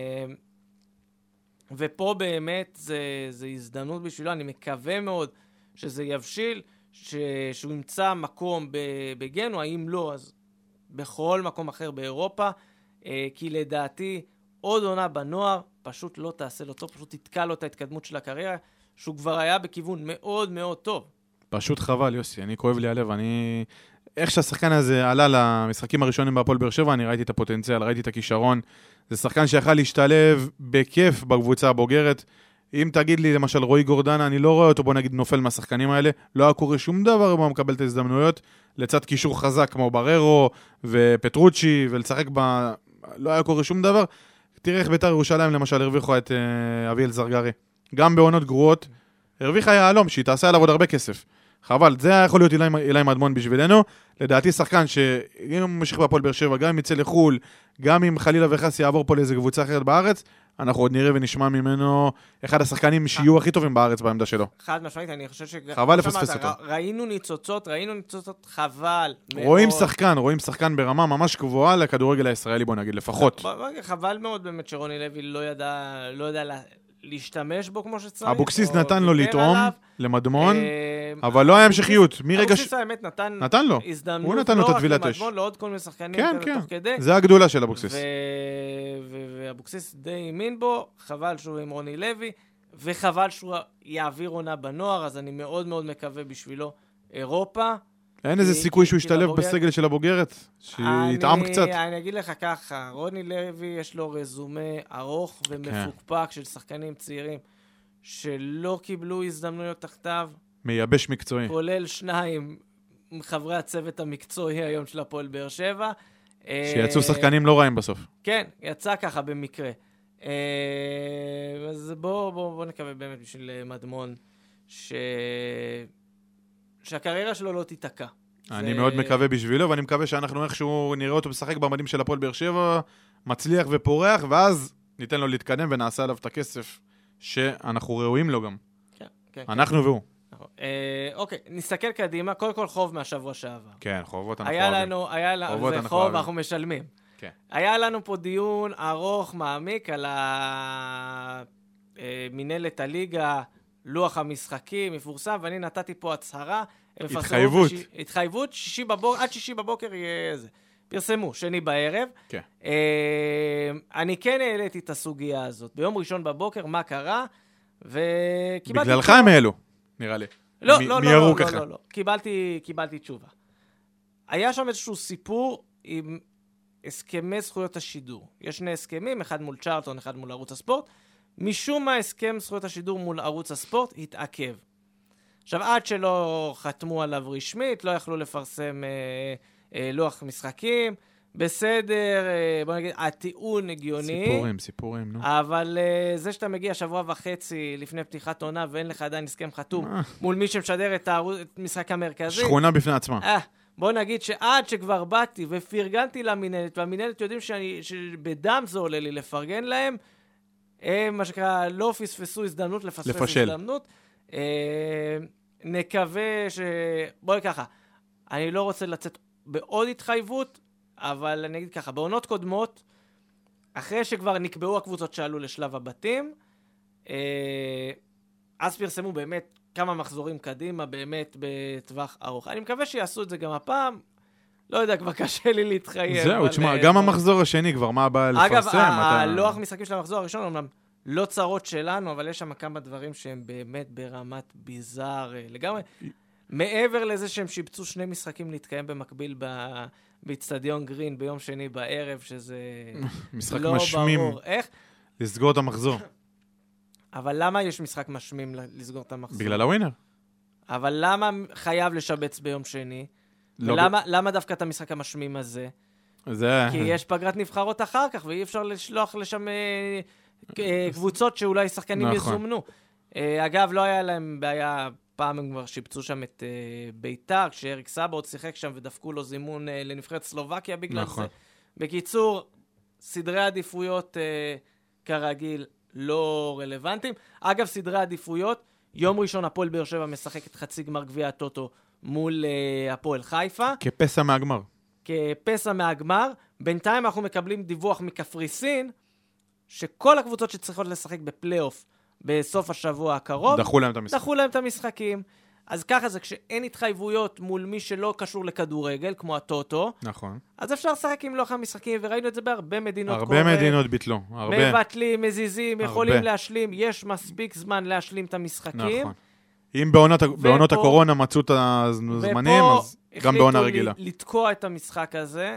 ופה באמת זה, זה הזדמנות בשבילו, אני מקווה מאוד שזה יבשיל, ש, שהוא ימצא מקום בגנואה, אם לא, אז בכל מקום אחר באירופה, כי לדעתי עוד עונה בנוער פשוט לא תעשה לו טוב, פשוט תתקע לו את ההתקדמות של הקריירה, שהוא כבר היה בכיוון מאוד מאוד טוב. פשוט חבל, יוסי, אני כואב לי הלב, אני... איך שהשחקן הזה עלה למשחקים הראשונים בהפועל באר שבע, אני ראיתי את הפוטנציאל, ראיתי את הכישרון. זה שחקן שיכל להשתלב בכיף בקבוצה הבוגרת. אם תגיד לי, למשל, רועי גורדנה, אני לא רואה אותו, בוא נגיד, נופל מהשחקנים האלה. לא היה קורה שום דבר אם הוא מקבל את ההזדמנויות, לצד קישור חזק כמו בררו ופטרוצ'י, ולשחק ב... לא היה קורה שום דבר. תראה איך בית"ר ירושלים, למשל, הרוויחו את uh, אביאל זרגרי. גם בעונות גרועות, הרוויחה יהלום, שהיא תעשה עליו עוד הרבה כסף. חבל, זה היה יכול להיות אילי מדמון בשבילנו. לדעתי שחקן שאם הוא ממשיך בהפועל באר שבע, גם אם יצא לחול, גם אם חלילה וחס יעבור פה לאיזו קבוצה אחרת בארץ, אנחנו עוד נראה ונשמע ממנו אחד השחקנים שיהיו הכי טובים בארץ בעמדה שלו. חד משמעית, אני חושב ש... חבל לפספס אותו. ראינו ניצוצות, ראינו ניצוצות, חבל. רואים שחקן, רואים שחקן ברמה ממש גבוהה לכדורגל הישראלי, בוא נגיד, לפחות. חבל מאוד באמת שרוני לוי לא ידע, לא ידע להשתמש בו כמו שצריך. אבוקסיס נתן לו לטעום למדמון, אבל לא היה המשכיות. אבוקסיס האמת נתן לו הזדמנות, הוא נתן לו את הטבילת אש. לעוד כל מיני שחקנים תוך כדי. זה הגדולה של אבוקסיס. ואבוקסיס די האמין בו, חבל שהוא עם רוני לוי, וחבל שהוא יעביר עונה בנוער, אז אני מאוד מאוד מקווה בשבילו אירופה. אין איזה סיכוי שהוא ישתלב בסגל של הבוגרת? שיתעם קצת? אני אגיד לך ככה, רוני לוי יש לו רזומה ארוך ומפוקפק של שחקנים צעירים שלא קיבלו הזדמנויות תחתיו. מייבש מקצועי. כולל שניים מחברי הצוות המקצועי היום של הפועל באר שבע. שיצאו שחקנים לא רעים בסוף. כן, יצא ככה במקרה. אז בואו בוא, בוא נקווה באמת בשביל מדמון ש... שהקריירה שלו לא תיתקע. אני מאוד מקווה בשבילו, ואני מקווה שאנחנו איכשהו נראה אותו משחק במדים של הפועל באר שבע, מצליח ופורח, ואז ניתן לו להתקדם ונעשה עליו את הכסף שאנחנו ראויים לו גם. כן, כן. אנחנו והוא. אוקיי, נסתכל קדימה, קודם כל חוב מהשבוע שעבר. כן, חובות אנחנו אוהבים. היה לנו, היה לנו, זה חוב, אנחנו משלמים. כן. היה לנו פה דיון ארוך, מעמיק, על מנהלת הליגה, לוח המשחקים, מפורסם, ואני נתתי פה הצהרה. התחייבות. בש... התחייבות, שישי בבוקר, עד שישי בבוקר יהיה זה. פרסמו, שני בערב. כן. אה, אני כן העליתי את הסוגיה הזאת. ביום ראשון בבוקר, מה קרה? וקיבלתי... בגללך הם העלו, נראה לי. לא, מ- לא, לא, לא, לא, לא, לא. קיבלתי, קיבלתי תשובה. היה שם איזשהו סיפור עם הסכמי זכויות השידור. יש שני הסכמים, אחד מול צ'ארלטון, אחד מול ערוץ הספורט. משום מה הסכם זכויות השידור מול ערוץ הספורט התעכב. עכשיו, עד שלא חתמו עליו רשמית, לא יכלו לפרסם אה, אה, לוח משחקים, בסדר, אה, בוא נגיד, הטיעון הגיוני. סיפורים, סיפורים, נו. אבל אה, זה שאתה מגיע שבוע וחצי לפני פתיחת עונה, ואין לך עדיין הסכם חתום, אה. מול מי שמשדר את המשחק המרכזי. שכונה בפני עצמה. אה, בוא נגיד שעד שכבר באתי ופרגנתי למנהלת, והמנהלת יודעים שאני, שבדם זה עולה לי לפרגן להם, הם, מה שקרה, לא פספסו הזדמנות לפספס לפשל. הזדמנות. אה, נקווה ש... בואי ככה, אני לא רוצה לצאת בעוד התחייבות, אבל אני אגיד ככה, בעונות קודמות, אחרי שכבר נקבעו הקבוצות שעלו לשלב הבתים, אז פרסמו באמת כמה מחזורים קדימה, באמת בטווח ארוך. אני מקווה שיעשו את זה גם הפעם. לא יודע, כבר קשה לי להתחייב. זהו, תשמע, גם המחזור השני כבר, מה הבא לפרסם? אגב, הלוח משחקים של המחזור הראשון, אומנם לא צרות שלנו, אבל יש שם כמה דברים שהם באמת ברמת ביזר לגמרי. מעבר לזה שהם שיבצו שני משחקים להתקיים במקביל באצטדיון גרין ביום שני בערב, שזה משחק לא משמים. ברור. איך? לסגור את המחזור. אבל למה יש משחק משמים לסגור את המחזור? בגלל הווינר. אבל למה חייב לשבץ ביום שני? למה, למה דווקא את המשחק המשמים הזה? זה... כי יש פגרת נבחרות אחר כך, ואי אפשר לשלוח לשם קבוצות שאולי שחקנים נכון. יזומנו. אגב, לא היה להם בעיה, פעם הם כבר שיפצו שם את ביתר, כשאריק סבא עוד שיחק שם ודפקו לו זימון לנבחרת סלובקיה בגלל נכון. זה. בקיצור, סדרי עדיפויות כרגיל לא רלוונטיים. אגב, סדרי עדיפויות, יום ראשון הפועל באר שבע משחקת חצי גמר גביע הטוטו מול uh, הפועל חיפה. כפסע מהגמר. כפסע מהגמר. בינתיים אנחנו מקבלים דיווח מקפריסין, שכל הקבוצות שצריכות לשחק בפלייאוף בסוף השבוע הקרוב, דחו להם את המשחקים. דחו להם את המשחקים. אז ככה זה, כשאין התחייבויות מול מי שלא קשור לכדורגל, כמו הטוטו, נכון. אז אפשר לשחק עם לוח המשחקים, וראינו את זה בהרבה מדינות. הרבה קורה, מדינות ביטלו. הרבה. מבטלים, מזיזים, הרבה. יכולים להשלים. יש מספיק זמן להשלים את המשחקים. נכון. אם בעונות, ופה, בעונות הקורונה מצאו את הזמנים, אז גם בעונה רגילה. ופה לתקוע את המשחק הזה.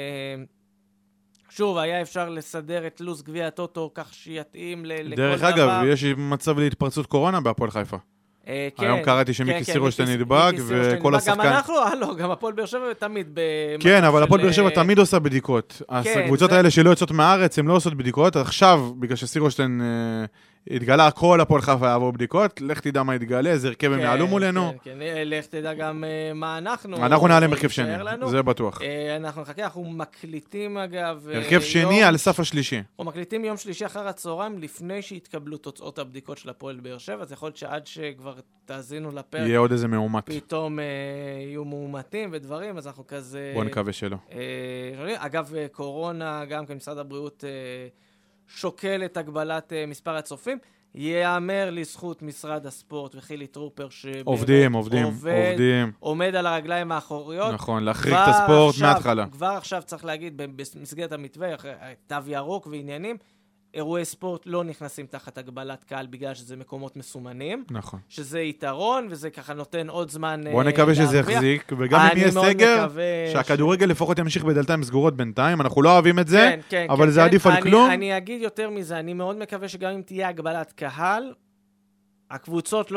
שוב, היה אפשר לסדר את לו"ז גביע הטוטו כך שיתאים לכל דבר. דרך אגב, יש מצב להתפרצות קורונה בהפועל חיפה. היום קראתי שמיקי סירושטיין נדבק, וכל השחקן... גם אנחנו, לא, גם הפועל באר שבע תמיד... כן, אבל הפועל באר שבע תמיד עושה בדיקות. הקבוצות האלה שלא יוצאות מהארץ, הן לא עושות בדיקות. עכשיו, בגלל שסירושטיין התגלה, כל הפועל חיפה יעבור בדיקות, לך תדע מה יתגלה, איזה הרכב הם יעלו מולנו. כן, כן, לך תדע גם מה אנחנו... אנחנו נעלה הרכב שני, זה בטוח. אנחנו נחכה, אנחנו מקליטים אגב... הרכב שני על סף השלישי. אנחנו מקליטים יום שלישי אחר הצהריים, לפני שהתקבלו תוצאות הבדיקות של הפועל באר שבע, אז יכול להיות שעד שכבר תאזינו לפרק... יהיה עוד איזה מאומת. פתאום יהיו מאומתים ודברים, אז אנחנו כזה... בוא נקווה שלא. אגב, קורונה, גם כמשרד הבריאות שוקל את הגבלת מספר הצופים. יאמר לזכות משרד הספורט וחילי טרופר עובדים, עובדים, עובדים. עומד על הרגליים האחוריות. נכון, להחריג את הספורט מההתחלה. כבר עכשיו צריך להגיד, במסגרת המתווה, תו ירוק ועניינים, אירועי ספורט לא נכנסים תחת הגבלת קהל בגלל שזה מקומות מסומנים. נכון. שזה יתרון, וזה ככה נותן עוד זמן... בוא נקווה שזה יחזיק, וגם אם יהיה סגר, שהכדורגל לפחות ימשיך בדלתיים סגורות בינתיים, אנחנו לא אוהבים את זה, אבל זה עדיף על כלום. אני אגיד יותר מזה, אני מאוד מקווה שגם אם תהיה הגבלת קהל, הקבוצות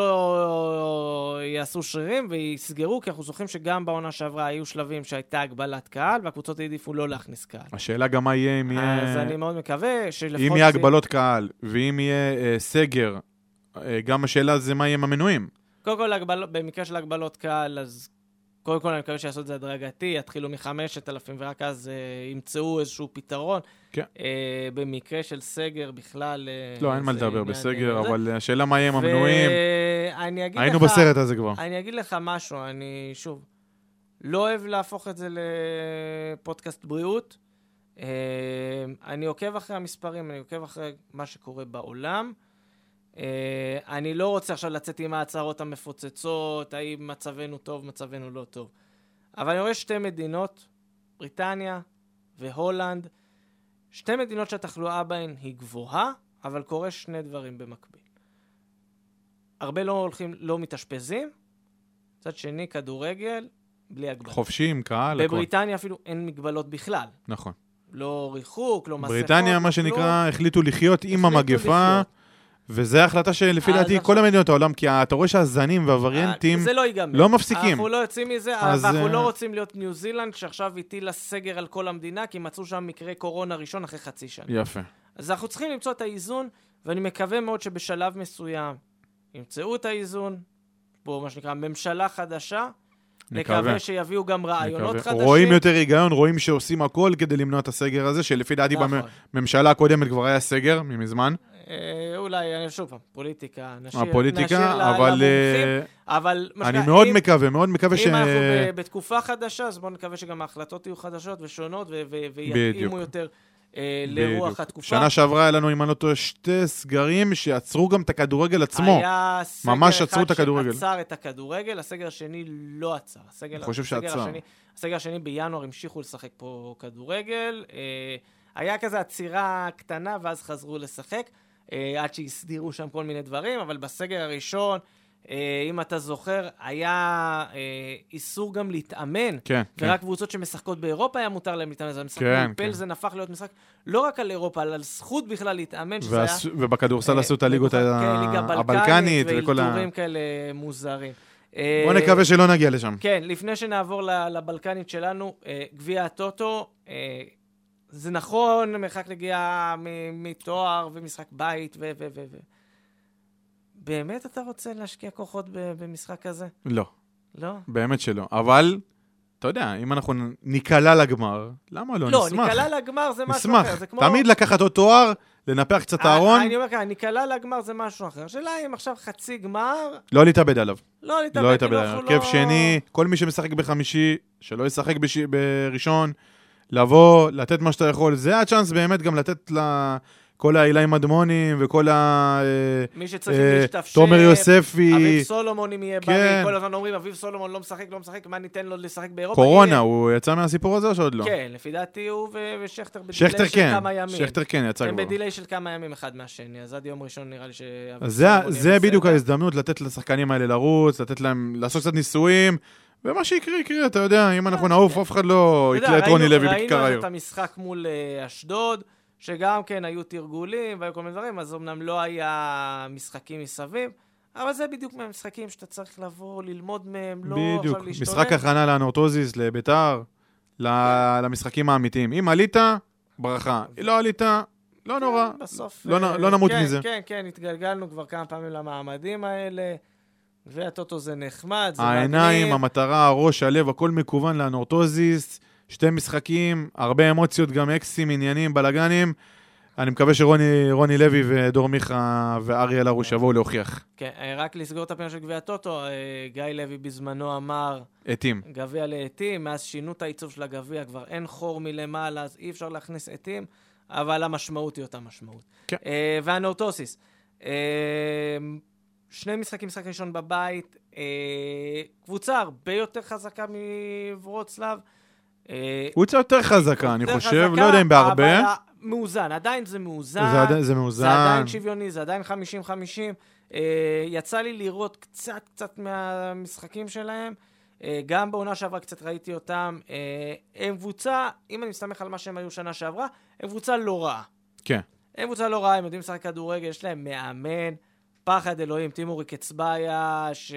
לא יעשו שרירים ויסגרו, כי אנחנו זוכרים שגם בעונה שעברה היו שלבים שהייתה הגבלת קהל, והקבוצות העדיפו לא להכניס קהל. השאלה גם מה יהיה אם יהיה... אז אני מאוד מקווה שלפחות... אם יהיה הגבלות קהל, ואם יהיה אה, סגר, אה, גם השאלה זה מה יהיה עם המנויים. קודם כל, הגבל... במקרה של הגבלות קהל, אז קודם כל אני מקווה שיעשו את זה הדרגתי, יתחילו מחמשת אלפים, ורק אז אה, ימצאו איזשהו פתרון. כן. אה, במקרה של סגר בכלל... אה, לא, אין מה לדבר בסגר, אבל זה. השאלה מה יהיה עם המנויים. היינו לך, בסרט הזה כבר. אני אגיד לך משהו, אני שוב, לא אוהב להפוך את זה לפודקאסט בריאות. אה, אני עוקב אחרי המספרים, אני עוקב אחרי מה שקורה בעולם. Uh, אני לא רוצה עכשיו לצאת עם ההצהרות המפוצצות, האם מצבנו טוב, מצבנו לא טוב. אבל אני רואה שתי מדינות, בריטניה והולנד, שתי מדינות שהתחלואה בהן היא גבוהה, אבל קורה שני דברים במקביל. הרבה לא הולכים, לא מתאשפזים, מצד שני כדורגל, בלי הגבלות. חופשי עם קהל. בבריטניה אפילו אין מגבלות בכלל. נכון. לא ריחוק, לא מסכות. בריטניה, מה שנקרא, החליטו לחיות עם המגפה. וזה ההחלטה שלפי דעתי כל המדינות העולם, כי אתה רואה שהזנים והווריאנטים לא מפסיקים. אנחנו לא יוצאים מזה, אנחנו לא רוצים להיות ניו זילנד, שעכשיו הטילה סגר על כל המדינה, כי מצאו שם מקרה קורונה ראשון אחרי חצי שנה. יפה. אז אנחנו צריכים למצוא את האיזון, ואני מקווה מאוד שבשלב מסוים ימצאו את האיזון, פה מה שנקרא ממשלה חדשה, נקווה שיביאו גם רעיונות חדשים. רואים יותר היגיון, רואים שעושים הכל כדי למנוע את הסגר הזה, שלפי דעתי בממשלה הקודמת כבר היה סגר ממזמן. אולי, שוב פעם, פוליטיקה, נשאיר הפוליטיקה, אבל, אבל אני מאוד מקווה, מאוד מקווה ש... אם אנחנו בתקופה חדשה, אז בואו נקווה שגם ההחלטות יהיו חדשות ושונות, ויתאימו יותר לרוח התקופה. שנה שעברה היה לנו, אם אני לא טועה, שתי סגרים שיצרו גם את הכדורגל עצמו. היה ממש עצרו את הכדורגל. סגר אחד שעצר את הכדורגל, הסגר השני לא עצר. אני חושב שעצר. הסגר השני בינואר המשיכו לשחק פה כדורגל. היה כזה עצירה קטנה, ואז חזרו לשחק, עד שהסדירו שם כל מיני דברים, אבל בסגר הראשון, אם אתה זוכר, היה איסור גם להתאמן, כן, ורק כן. קבוצות שמשחקות באירופה היה מותר להם להתאמן, זה המשחק כן, מפל, כן. זה נפח להיות משחק לא רק על אירופה, אלא על זכות בכלל להתאמן, שזה והס... היה... ובכדורסל עשו את הליגות הבלקנית וכל ה... ואילתורים כאלה מוזרים. בוא נקווה שלא נגיע לשם. כן, לפני שנעבור לבלקנית שלנו, גביע הטוטו, זה נכון, מרחק נגיעה מתואר ומשחק בית ו... ו... ו... באמת אתה רוצה להשקיע כוחות במשחק הזה? לא. לא? באמת שלא. אבל, אתה יודע, אם אנחנו ניקלה לגמר, למה לא? לא, נשמח. ניקלה לגמר זה משהו נשמח. אחר. זה כמו... תמיד לקחת עוד תואר, לנפח קצת הארון. אני אומר ככה, ניקלה לגמר זה משהו אחר. שאלה אם עכשיו חצי גמר... לא להתאבד עליו. לא להתאבד. לא להתאבד עליו. כיף שני, כל מי שמשחק בחמישי, שלא ישחק בש... בראשון, לבוא, לתת מה שאתה יכול. זה הצ'אנס באמת גם לתת ל... כל האיליים אדמונים וכל ה... מי שצריכים להשתפשף. תומר יוספי. אביב סולומון אם יהיה בריא. כל הזמן אומרים, אביב סולומון לא משחק, לא משחק, מה ניתן לו לשחק באירופה? קורונה, הוא יצא מהסיפור הזה או שעוד לא? כן, לפי דעתי הוא ושכתר בדילי של כמה ימים. שכתר כן, יצא כבר. הם בדילי של כמה ימים אחד מהשני, אז עד יום ראשון נראה לי שאביב סולומון... זה בדיוק ההזדמנות לתת לשחקנים האלה לרוץ, לתת להם לעשות קצת ניסויים, ומה שיקרה, יקרה, אתה יודע, אם אנחנו נעוף, אף אחד לא יקלה את רוני לוי בכיכר העיר. ראינו את המשחק מול אשדוד, שגם כן היו תרגולים והיו כל מיני דברים, אז אמנם לא היה משחקים מסביב, אבל זה בדיוק מהמשחקים שאתה צריך לבוא, ללמוד מהם, לא בדיוק, עכשיו להשתולל. משחק הכנה לאנורטוזיס, לביתר, למשחקים האמיתיים. אם עלית, ברכה. לא עלית, לא נורא. בסוף... לא נמות מזה. כן, כן, התגלגלנו כבר כמה פעמים למעמדים האלה, והטוטו זה נחמד, זה העיניים, המטרה, הראש, הלב, הכל מקוון לאנורטוזיס, שתי משחקים, הרבה אמוציות, גם אקסים, עניינים, בלגנים. אני מקווה שרוני רוני לוי ודור מיכה ואריאל הרוש יבואו להוכיח. כן, רק לסגור את הפינה של גביע הטוטו, גיא לוי בזמנו אמר... עתים. גביע לעתים, מאז שינו את העיצוב של הגביע, כבר אין חור מלמעלה, אז אי אפשר להכניס עתים, אבל המשמעות היא אותה משמעות. כן. והנורטוסיס. שני משחקים, משחק ראשון בבית, קבוצה הרבה יותר חזקה מוורוצלב, קבוצה יותר חזקה, אני חושב, לא יודע אם בהרבה. אבל מאוזן, עדיין זה מאוזן. זה מאוזן. זה עדיין שוויוני, זה עדיין חמישים חמישים. יצא לי לראות קצת קצת מהמשחקים שלהם. גם בעונה שעברה קצת ראיתי אותם. הם קבוצה, אם אני מסתמך על מה שהם היו שנה שעברה, הם קבוצה לא רעה. כן. הם קבוצה לא רעה, הם יודעים לשחק כדורגל, יש להם מאמן, פחד אלוהים, תימורי קצביה, ש...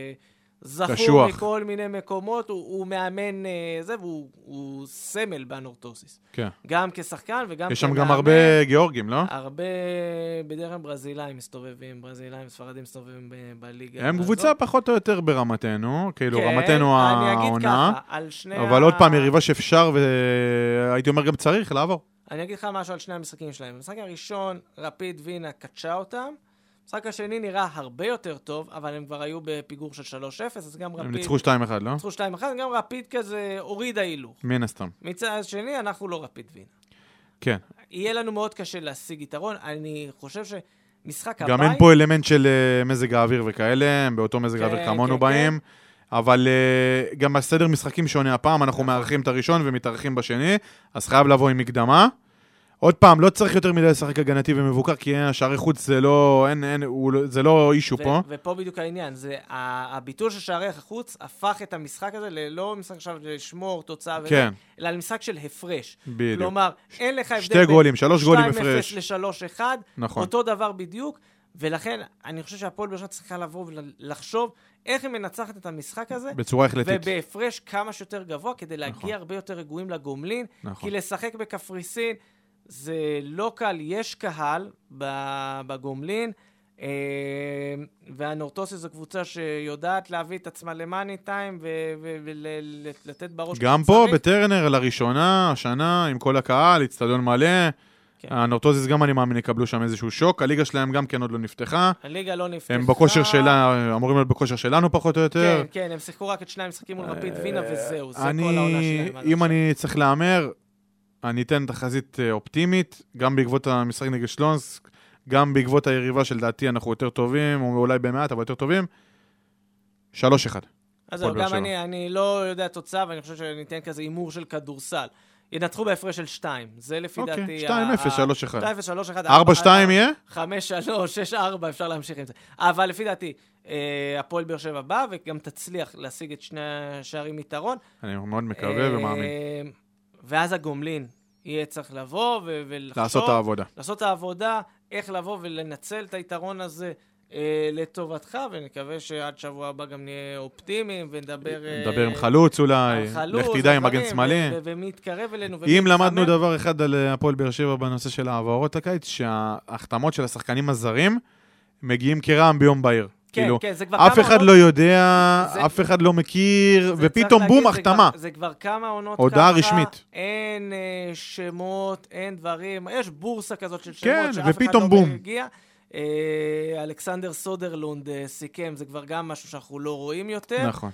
זכור מכל מיני מקומות, הוא, הוא מאמן זה, והוא הוא סמל באנורטוסיס. כן. גם כשחקן וגם יש שם גם הרבה גיאורגים, לא? הרבה, בדרך כלל ברזילאים מסתובבים, ברזילאים, ספרדים מסתובבים ב- בליגה. הם קבוצה פחות או יותר ברמתנו, כאילו כן, רמתנו העונה. אני אגיד ככה, על שני... אבל ה... עוד פעם, יריבה שאפשר, והייתי אומר גם צריך לעבור. אני אגיד לך משהו על שני המשחקים שלהם. במשחק הראשון, רפיד וינה קדשה אותם, המשחק השני נראה הרבה יותר טוב, אבל הם כבר היו בפיגור של שלוש אפס, אז גם רפיד... הם ניצחו שתיים אחד, לא? ניצחו שתיים אחד, גם רפיד כזה הוריד ההילוך. מן הסתם. מצד שני, אנחנו לא רפיד וינה. כן. יהיה לנו מאוד קשה להשיג יתרון, אני חושב שמשחק הבית... גם אין פה אלמנט של מזג האוויר וכאלה, הם באותו מזג האוויר כמונו בהם, אבל גם בסדר משחקים שונה הפעם, אנחנו מארחים את הראשון ומתארחים בשני, אז חייב לבוא עם מקדמה. עוד פעם, לא צריך יותר מדי לשחק הגנתי ומבוקר, כי השערי חוץ זה לא, אין, אין, זה לא אישו פה. ופה בדיוק העניין, זה, הביטול של שערי החוץ הפך את המשחק הזה ללא משחק עכשיו לשמור תוצאה וזה, כן. אלא למשחק של הפרש. בדיוק. כלומר, אין לך הבדל שתי גולים, שלוש גולים הפרש. שתיים אפס ל-שלוש אחד, נכון. אותו דבר בדיוק, ולכן אני חושב שהפועל באר שבע צריכה לבוא ולחשוב איך היא מנצחת את המשחק הזה, בצורה החלטית. ובהפרש כמה שיותר גבוה, כדי להגיע נכון. הרבה יותר רגועים לגומלין, נכון. כי לשחק בקפריסין, זה לא קל, יש קהל בגומלין, והנורטוסיס זו קבוצה שיודעת להביא את עצמה למאני טיים ולתת בראש. גם פה בטרנר לראשונה, השנה, עם כל הקהל, אצטדיון מלא, הנורטוסיס גם אני מאמין יקבלו שם איזשהו שוק, הליגה שלהם גם כן עוד לא נפתחה. הליגה לא נפתחה. הם בכושר שלה, אמורים להיות בכושר שלנו פחות או יותר. כן, כן, הם שיחקו רק את שני המשחקים מול רפיד וינה וזהו, זה כל העונה שלהם. אם אני צריך לאמר, אני אתן תחזית אופטימית, גם בעקבות המשחק נגד שלונסק, גם בעקבות היריבה של דעתי אנחנו יותר טובים, או אולי במעט, אבל יותר טובים. שלוש אחד. אז זהו, גם אני, אני לא יודע תוצאה, ואני חושב שניתן כזה אימור של כדורסל. ינצחו בהפרש של שתיים. זה לפי דעתי... אוקיי, שתיים אפס, שלוש אחד. שתיים אפס, שלוש אחד. ארבע שתיים יהיה? חמש שלוש, שש ארבע, אפשר להמשיך עם זה. אבל לפי דעתי, הפועל באר שבע בא, וגם תצליח להשיג את שני השערים יתרון. אני מאוד מקווה ומאמין. ואז הגומלין יהיה צריך לבוא ולחשוב... לעשות את העבודה. לעשות את העבודה, איך לבוא ולנצל את היתרון הזה אה, לטובתך, ונקווה שעד שבוע הבא גם נהיה אופטימיים, ונדבר... נדבר עם חלוץ אולי, לך תדע עם מגן שמאלי. ומי יתקרב אלינו. אם למדנו דבר אחד על הפועל באר שבע בנושא של העברות הקיץ, שההחתמות של השחקנים הזרים מגיעים כרעם ביום בהיר. כאילו, אף אחד לא יודע, אף אחד לא מכיר, ופתאום בום, החתמה. זה כבר כמה עונות ככה. הודעה רשמית. אין שמות, אין דברים, יש בורסה כזאת של כן, שמות, שאף אחד ופתאום לא בום. מגיע. אלכסנדר סודרלונד סיכם, זה כבר גם משהו שאנחנו לא רואים יותר. נכון.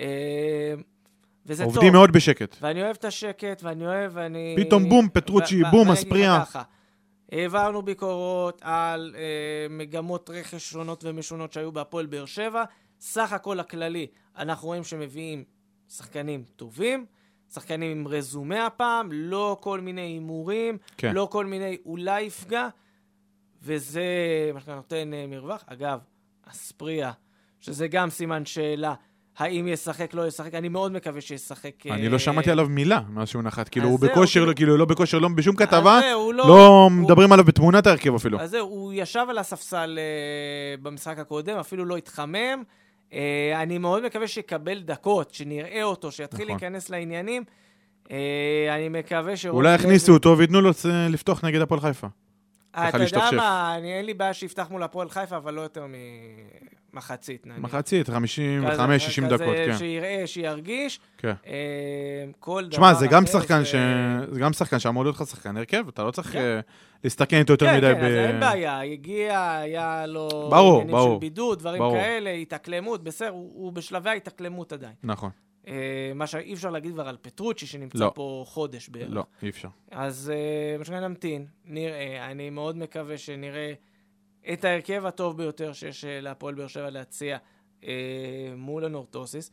וזה טוב. עובדים מאוד בשקט. ואני אוהב את השקט, ואני אוהב, ואני... פתאום בום, פטרוצ'י, בום, אספריה. העברנו ביקורות על אה, מגמות רכש שונות ומשונות שהיו בהפועל באר שבע. סך הכל הכללי, אנחנו רואים שמביאים שחקנים טובים, שחקנים עם רזומה הפעם, לא כל מיני אימורים, כן. לא כל מיני אולי יפגע, וזה מה שנותן אה, מרווח. אגב, אספריה, שזה גם סימן שאלה, האם ישחק, לא ישחק, אני מאוד מקווה שישחק. אני לא שמעתי עליו מילה, מה שהוא נחת, כאילו הוא בכושר, כאילו לא בכושר, לא בשום כתבה, לא מדברים עליו בתמונת ההרכב אפילו. אז זהו, הוא ישב על הספסל במשחק הקודם, אפילו לא התחמם, אני מאוד מקווה שיקבל דקות, שנראה אותו, שיתחיל להיכנס לעניינים, אני מקווה ש... אולי הכניסו אותו ויתנו לו לפתוח נגד הפועל חיפה. אתה יודע מה, אין לי בעיה שיפתח מול הפועל חיפה, אבל לא יותר ממחצית. מחצית, חמישים וחמש שישים דקות, כן. כזה שיראה, שירגיש. כן. כל דבר... תשמע, זה גם שחקן ש... זה גם שחקן שאמור להיות לך שחקן הרכב, אתה לא צריך להסתכן איתו יותר מדי ב... כן, כן, אז אין בעיה, הגיע, היה לו... ברור, עניינים של בידוד, דברים כאלה, התאקלמות, בסדר, הוא בשלבי ההתאקלמות עדיין. נכון. מה שאי אפשר להגיד כבר על פטרוצ'י שנמצא פה חודש בערך. לא, אי אפשר. אז מה שאני נמתין, נראה, אני מאוד מקווה שנראה את ההרכב הטוב ביותר שיש להפועל באר שבע להציע מול הנורטוסיס,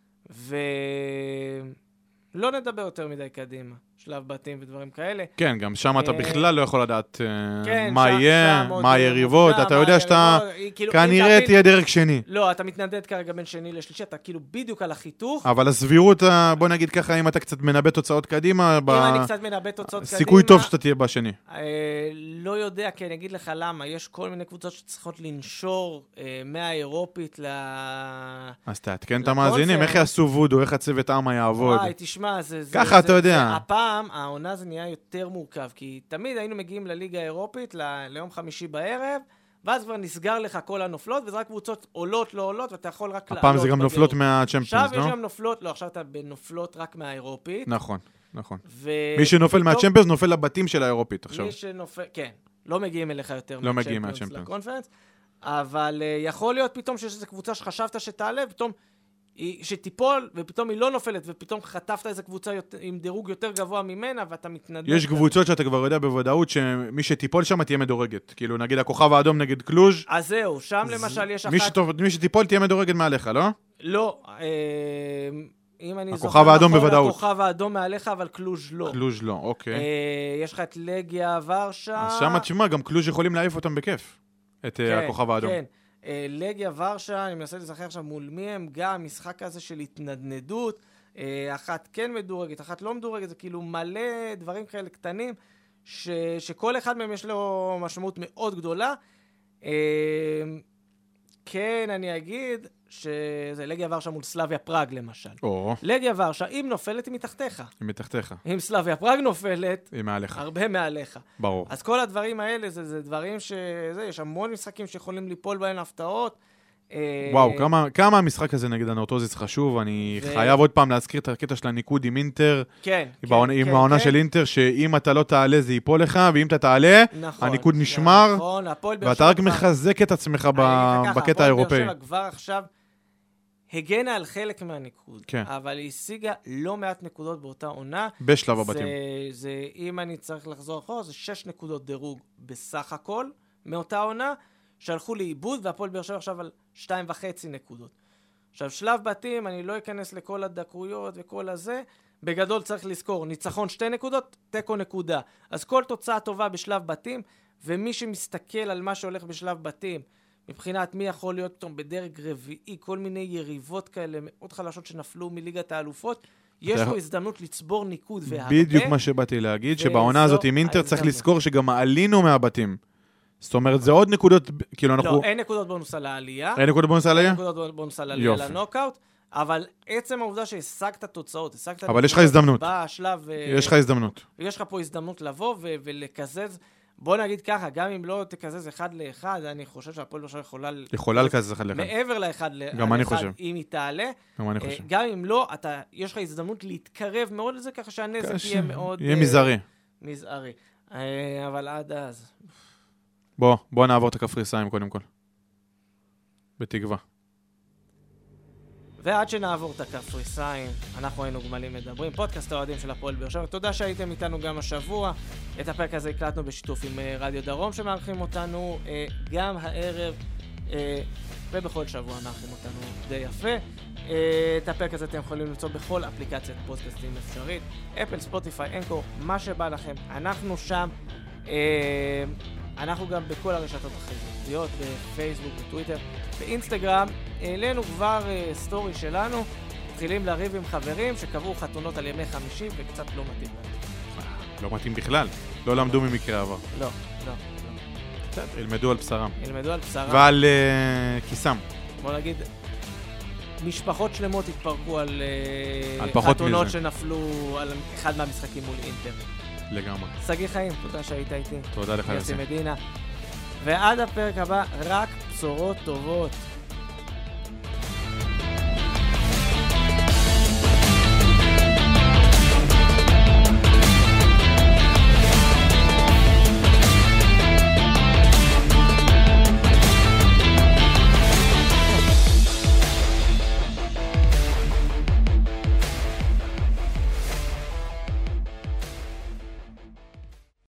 ולא נדבר יותר מדי קדימה, שלב בתים ודברים כאלה. כן, גם שם אתה בכלל לא יכול לדעת מה יהיה, מה היריבות, אתה יודע שאתה כנראה תהיה דרג שני. לא, אתה מתנדד כרגע בין שני לשלישי, אתה כאילו בדיוק על החיתוך. אבל הסבירות, בוא נגיד ככה, אם אתה קצת מנבא תוצאות קדימה, אם אני קצת מנבא תוצאות קדימה, סיכוי טוב שאתה תהיה בשני. לא יודע, כי אני אגיד לך למה, יש כל מיני קבוצות שצריכות לנשור מהאירופית ל... אז תעדכן את המאזינים, איך יעשו וודו, איך הצוות העם יעבוד. וואי, תשמע, זה... ככה אתה יודע. הפעם, העונה זה נהיה יותר מורכב, כי תמיד היינו מגיעים לליגה האירופית, ליום חמישי בערב, ואז כבר נסגר לך כל הנופלות, וזה רק קבוצות עולות, לא עולות, ואתה יכול רק לעלות. הפעם זה גם נופלות מהצ'מפיונס, לא? עכשיו יש גם נופלות, לא, עכשיו אתה בנופלות רק מהאירופית. נכון, נכון. מי שנופל מהצ'מפיונס נופל לבתים של האירופית עכשיו. מי שנופל, כן, לא מגיעים אליך יותר לא מגיעים מהצ'מפיונס. אבל יכול להיות פתאום שיש איזו קבוצה שחשבת שתעלה, פתאום שתיפול, ופתאום היא לא נופלת, ופתאום חטפת איזו קבוצה עם דירוג יותר גבוה ממנה, ואתה מתנדב. יש קבוצות שאתה כבר יודע בוודאות, שמי שתיפול שם תהיה מדורגת. כאילו, נגיד, הכוכב האדום נגד קלוז'. אז זהו, שם למשל יש אחת... מי שתיפול תהיה מדורגת מעליך, לא? לא, אם אני זוכר... הכוכב האדום בוודאות. הכוכב האדום מעליך, אבל קלוז' לא. קלוז' לא, אוקיי. יש לך את לגיה ורשה... אז שם תשמע, גם קלוז' יכולים להעיף אותם בכיף. את הכוכב האדום. כן, לגיה ורשה, אני מנסה לזכר עכשיו מול מי הם, גם משחק כזה של התנדנדות, אחת כן מדורגת, אחת לא מדורגת, זה כאילו מלא דברים כאלה קטנים, ש, שכל אחד מהם יש לו משמעות מאוד גדולה. כן, אני אגיד שזה לגיה ורשה מול סלאביה פראג למשל. או. לגיה ורשה, אם נופלת, היא מתחתיך. היא מתחתיך. אם סלאביה פראג נופלת, היא מעליך. הרבה מעליך. ברור. אז כל הדברים האלה, זה, זה דברים ש... זה, יש המון משחקים שיכולים ליפול בהן הפתעות. וואו, כמה, כמה המשחק הזה נגד הנורטוזיס חשוב, אני ו... חייב עוד פעם להזכיר את הקטע של הניקוד עם אינטר, כן, עם, כן, העונה, כן, עם העונה כן. של אינטר, שאם אתה לא תעלה זה ייפול לך, ואם אתה תעלה, נכון, הניקוד נשמר, נכון, ואתה רק כבר... מחזק את עצמך ב... בקטע האירופאי. כבר עכשיו הגנה על חלק מהניקוד, כן. אבל היא השיגה לא מעט נקודות באותה עונה. בשלב הבתים. זה, זה, אם אני צריך לחזור אחורה, זה שש נקודות דירוג בסך הכל, מאותה עונה, שהלכו לאיבוד, והפועל באר שבע עכשיו על שתיים וחצי נקודות. עכשיו, שלב בתים, אני לא אכנס לכל הדקרויות וכל הזה, בגדול צריך לזכור, ניצחון שתי נקודות, תיקו נקודה. אז כל תוצאה טובה בשלב בתים, ומי שמסתכל על מה שהולך בשלב בתים, מבחינת מי יכול להיות פתאום בדרג רביעי, כל מיני יריבות כאלה מאוד חלשות שנפלו מליגת האלופות, יש לו הזדמנות לצבור ניקוד והרבה. בדיוק מה שבאתי להגיד, שבעונה הזאת עם אינטר צריך לזכור שגם עלינו מהבתים. זאת אומרת, זה עוד נקודות, כאילו אנחנו... לא, אין נקודות בונוס על העלייה. אין נקודות בונוס על העלייה? אין נקודות בונוס על העלייה לנוקאוט, אבל עצם העובדה שהשגת תוצאות, השגת... אבל יש לך הזדמנות. בשלב... יש לך הזדמנות. יש לך פה הזדמנות לבוא ולקזז... בוא נגיד ככה, גם אם לא תקזז אחד לאחד, אני חושב שהפועל באר שבע יכולה... יכולה לקזז אחד לאחד. מעבר לאחד לאחד. גם אני חושב. אם היא תעלה. גם אני חושב. גם אם לא, אתה, יש לך הזדמנות להתקרב מאוד לזה, ככה שהנזק יהיה מאוד... יהיה מזערי. מזערי. אבל עד אז... בוא, בוא נעבור את הקפריסאים קודם כל. בתקווה. ועד שנעבור את הקפריסאים, אנחנו היינו גמלים מדברים, פודקאסט האוהדים של הפועל באר שבע. תודה שהייתם איתנו גם השבוע. את הפרק הזה הקלטנו בשיתוף עם רדיו דרום שמארחים אותנו גם הערב, ובכל שבוע מארחים אותנו די יפה. את הפרק הזה אתם יכולים למצוא בכל אפליקציית פודקאסטים אפשרית, אפל, ספוטיפיי, אנקור, מה שבא לכם. אנחנו שם. אנחנו גם בכל הרשתות החברתיות, בפייסבוק, בטוויטר, באינסטגרם. העלינו כבר uh, סטורי שלנו, מתחילים לריב עם חברים שקבעו חתונות על ימי חמישי וקצת לא מתאים להם. לא מתאים בכלל, לא למדו ממקרה עבר. לא, לא, לא. ילמדו על בשרם. ילמדו על בשרם. ועל uh, כיסם. בוא נגיד, משפחות שלמות התפרקו על, על uh, חתונות שנפלו על אחד מהמשחקים מול אינטר. לגמרי. סגי חיים, תודה שהיית איתי. תודה לך. יוסי מדינה. ועד הפרק הבא, רק בשורות טובות.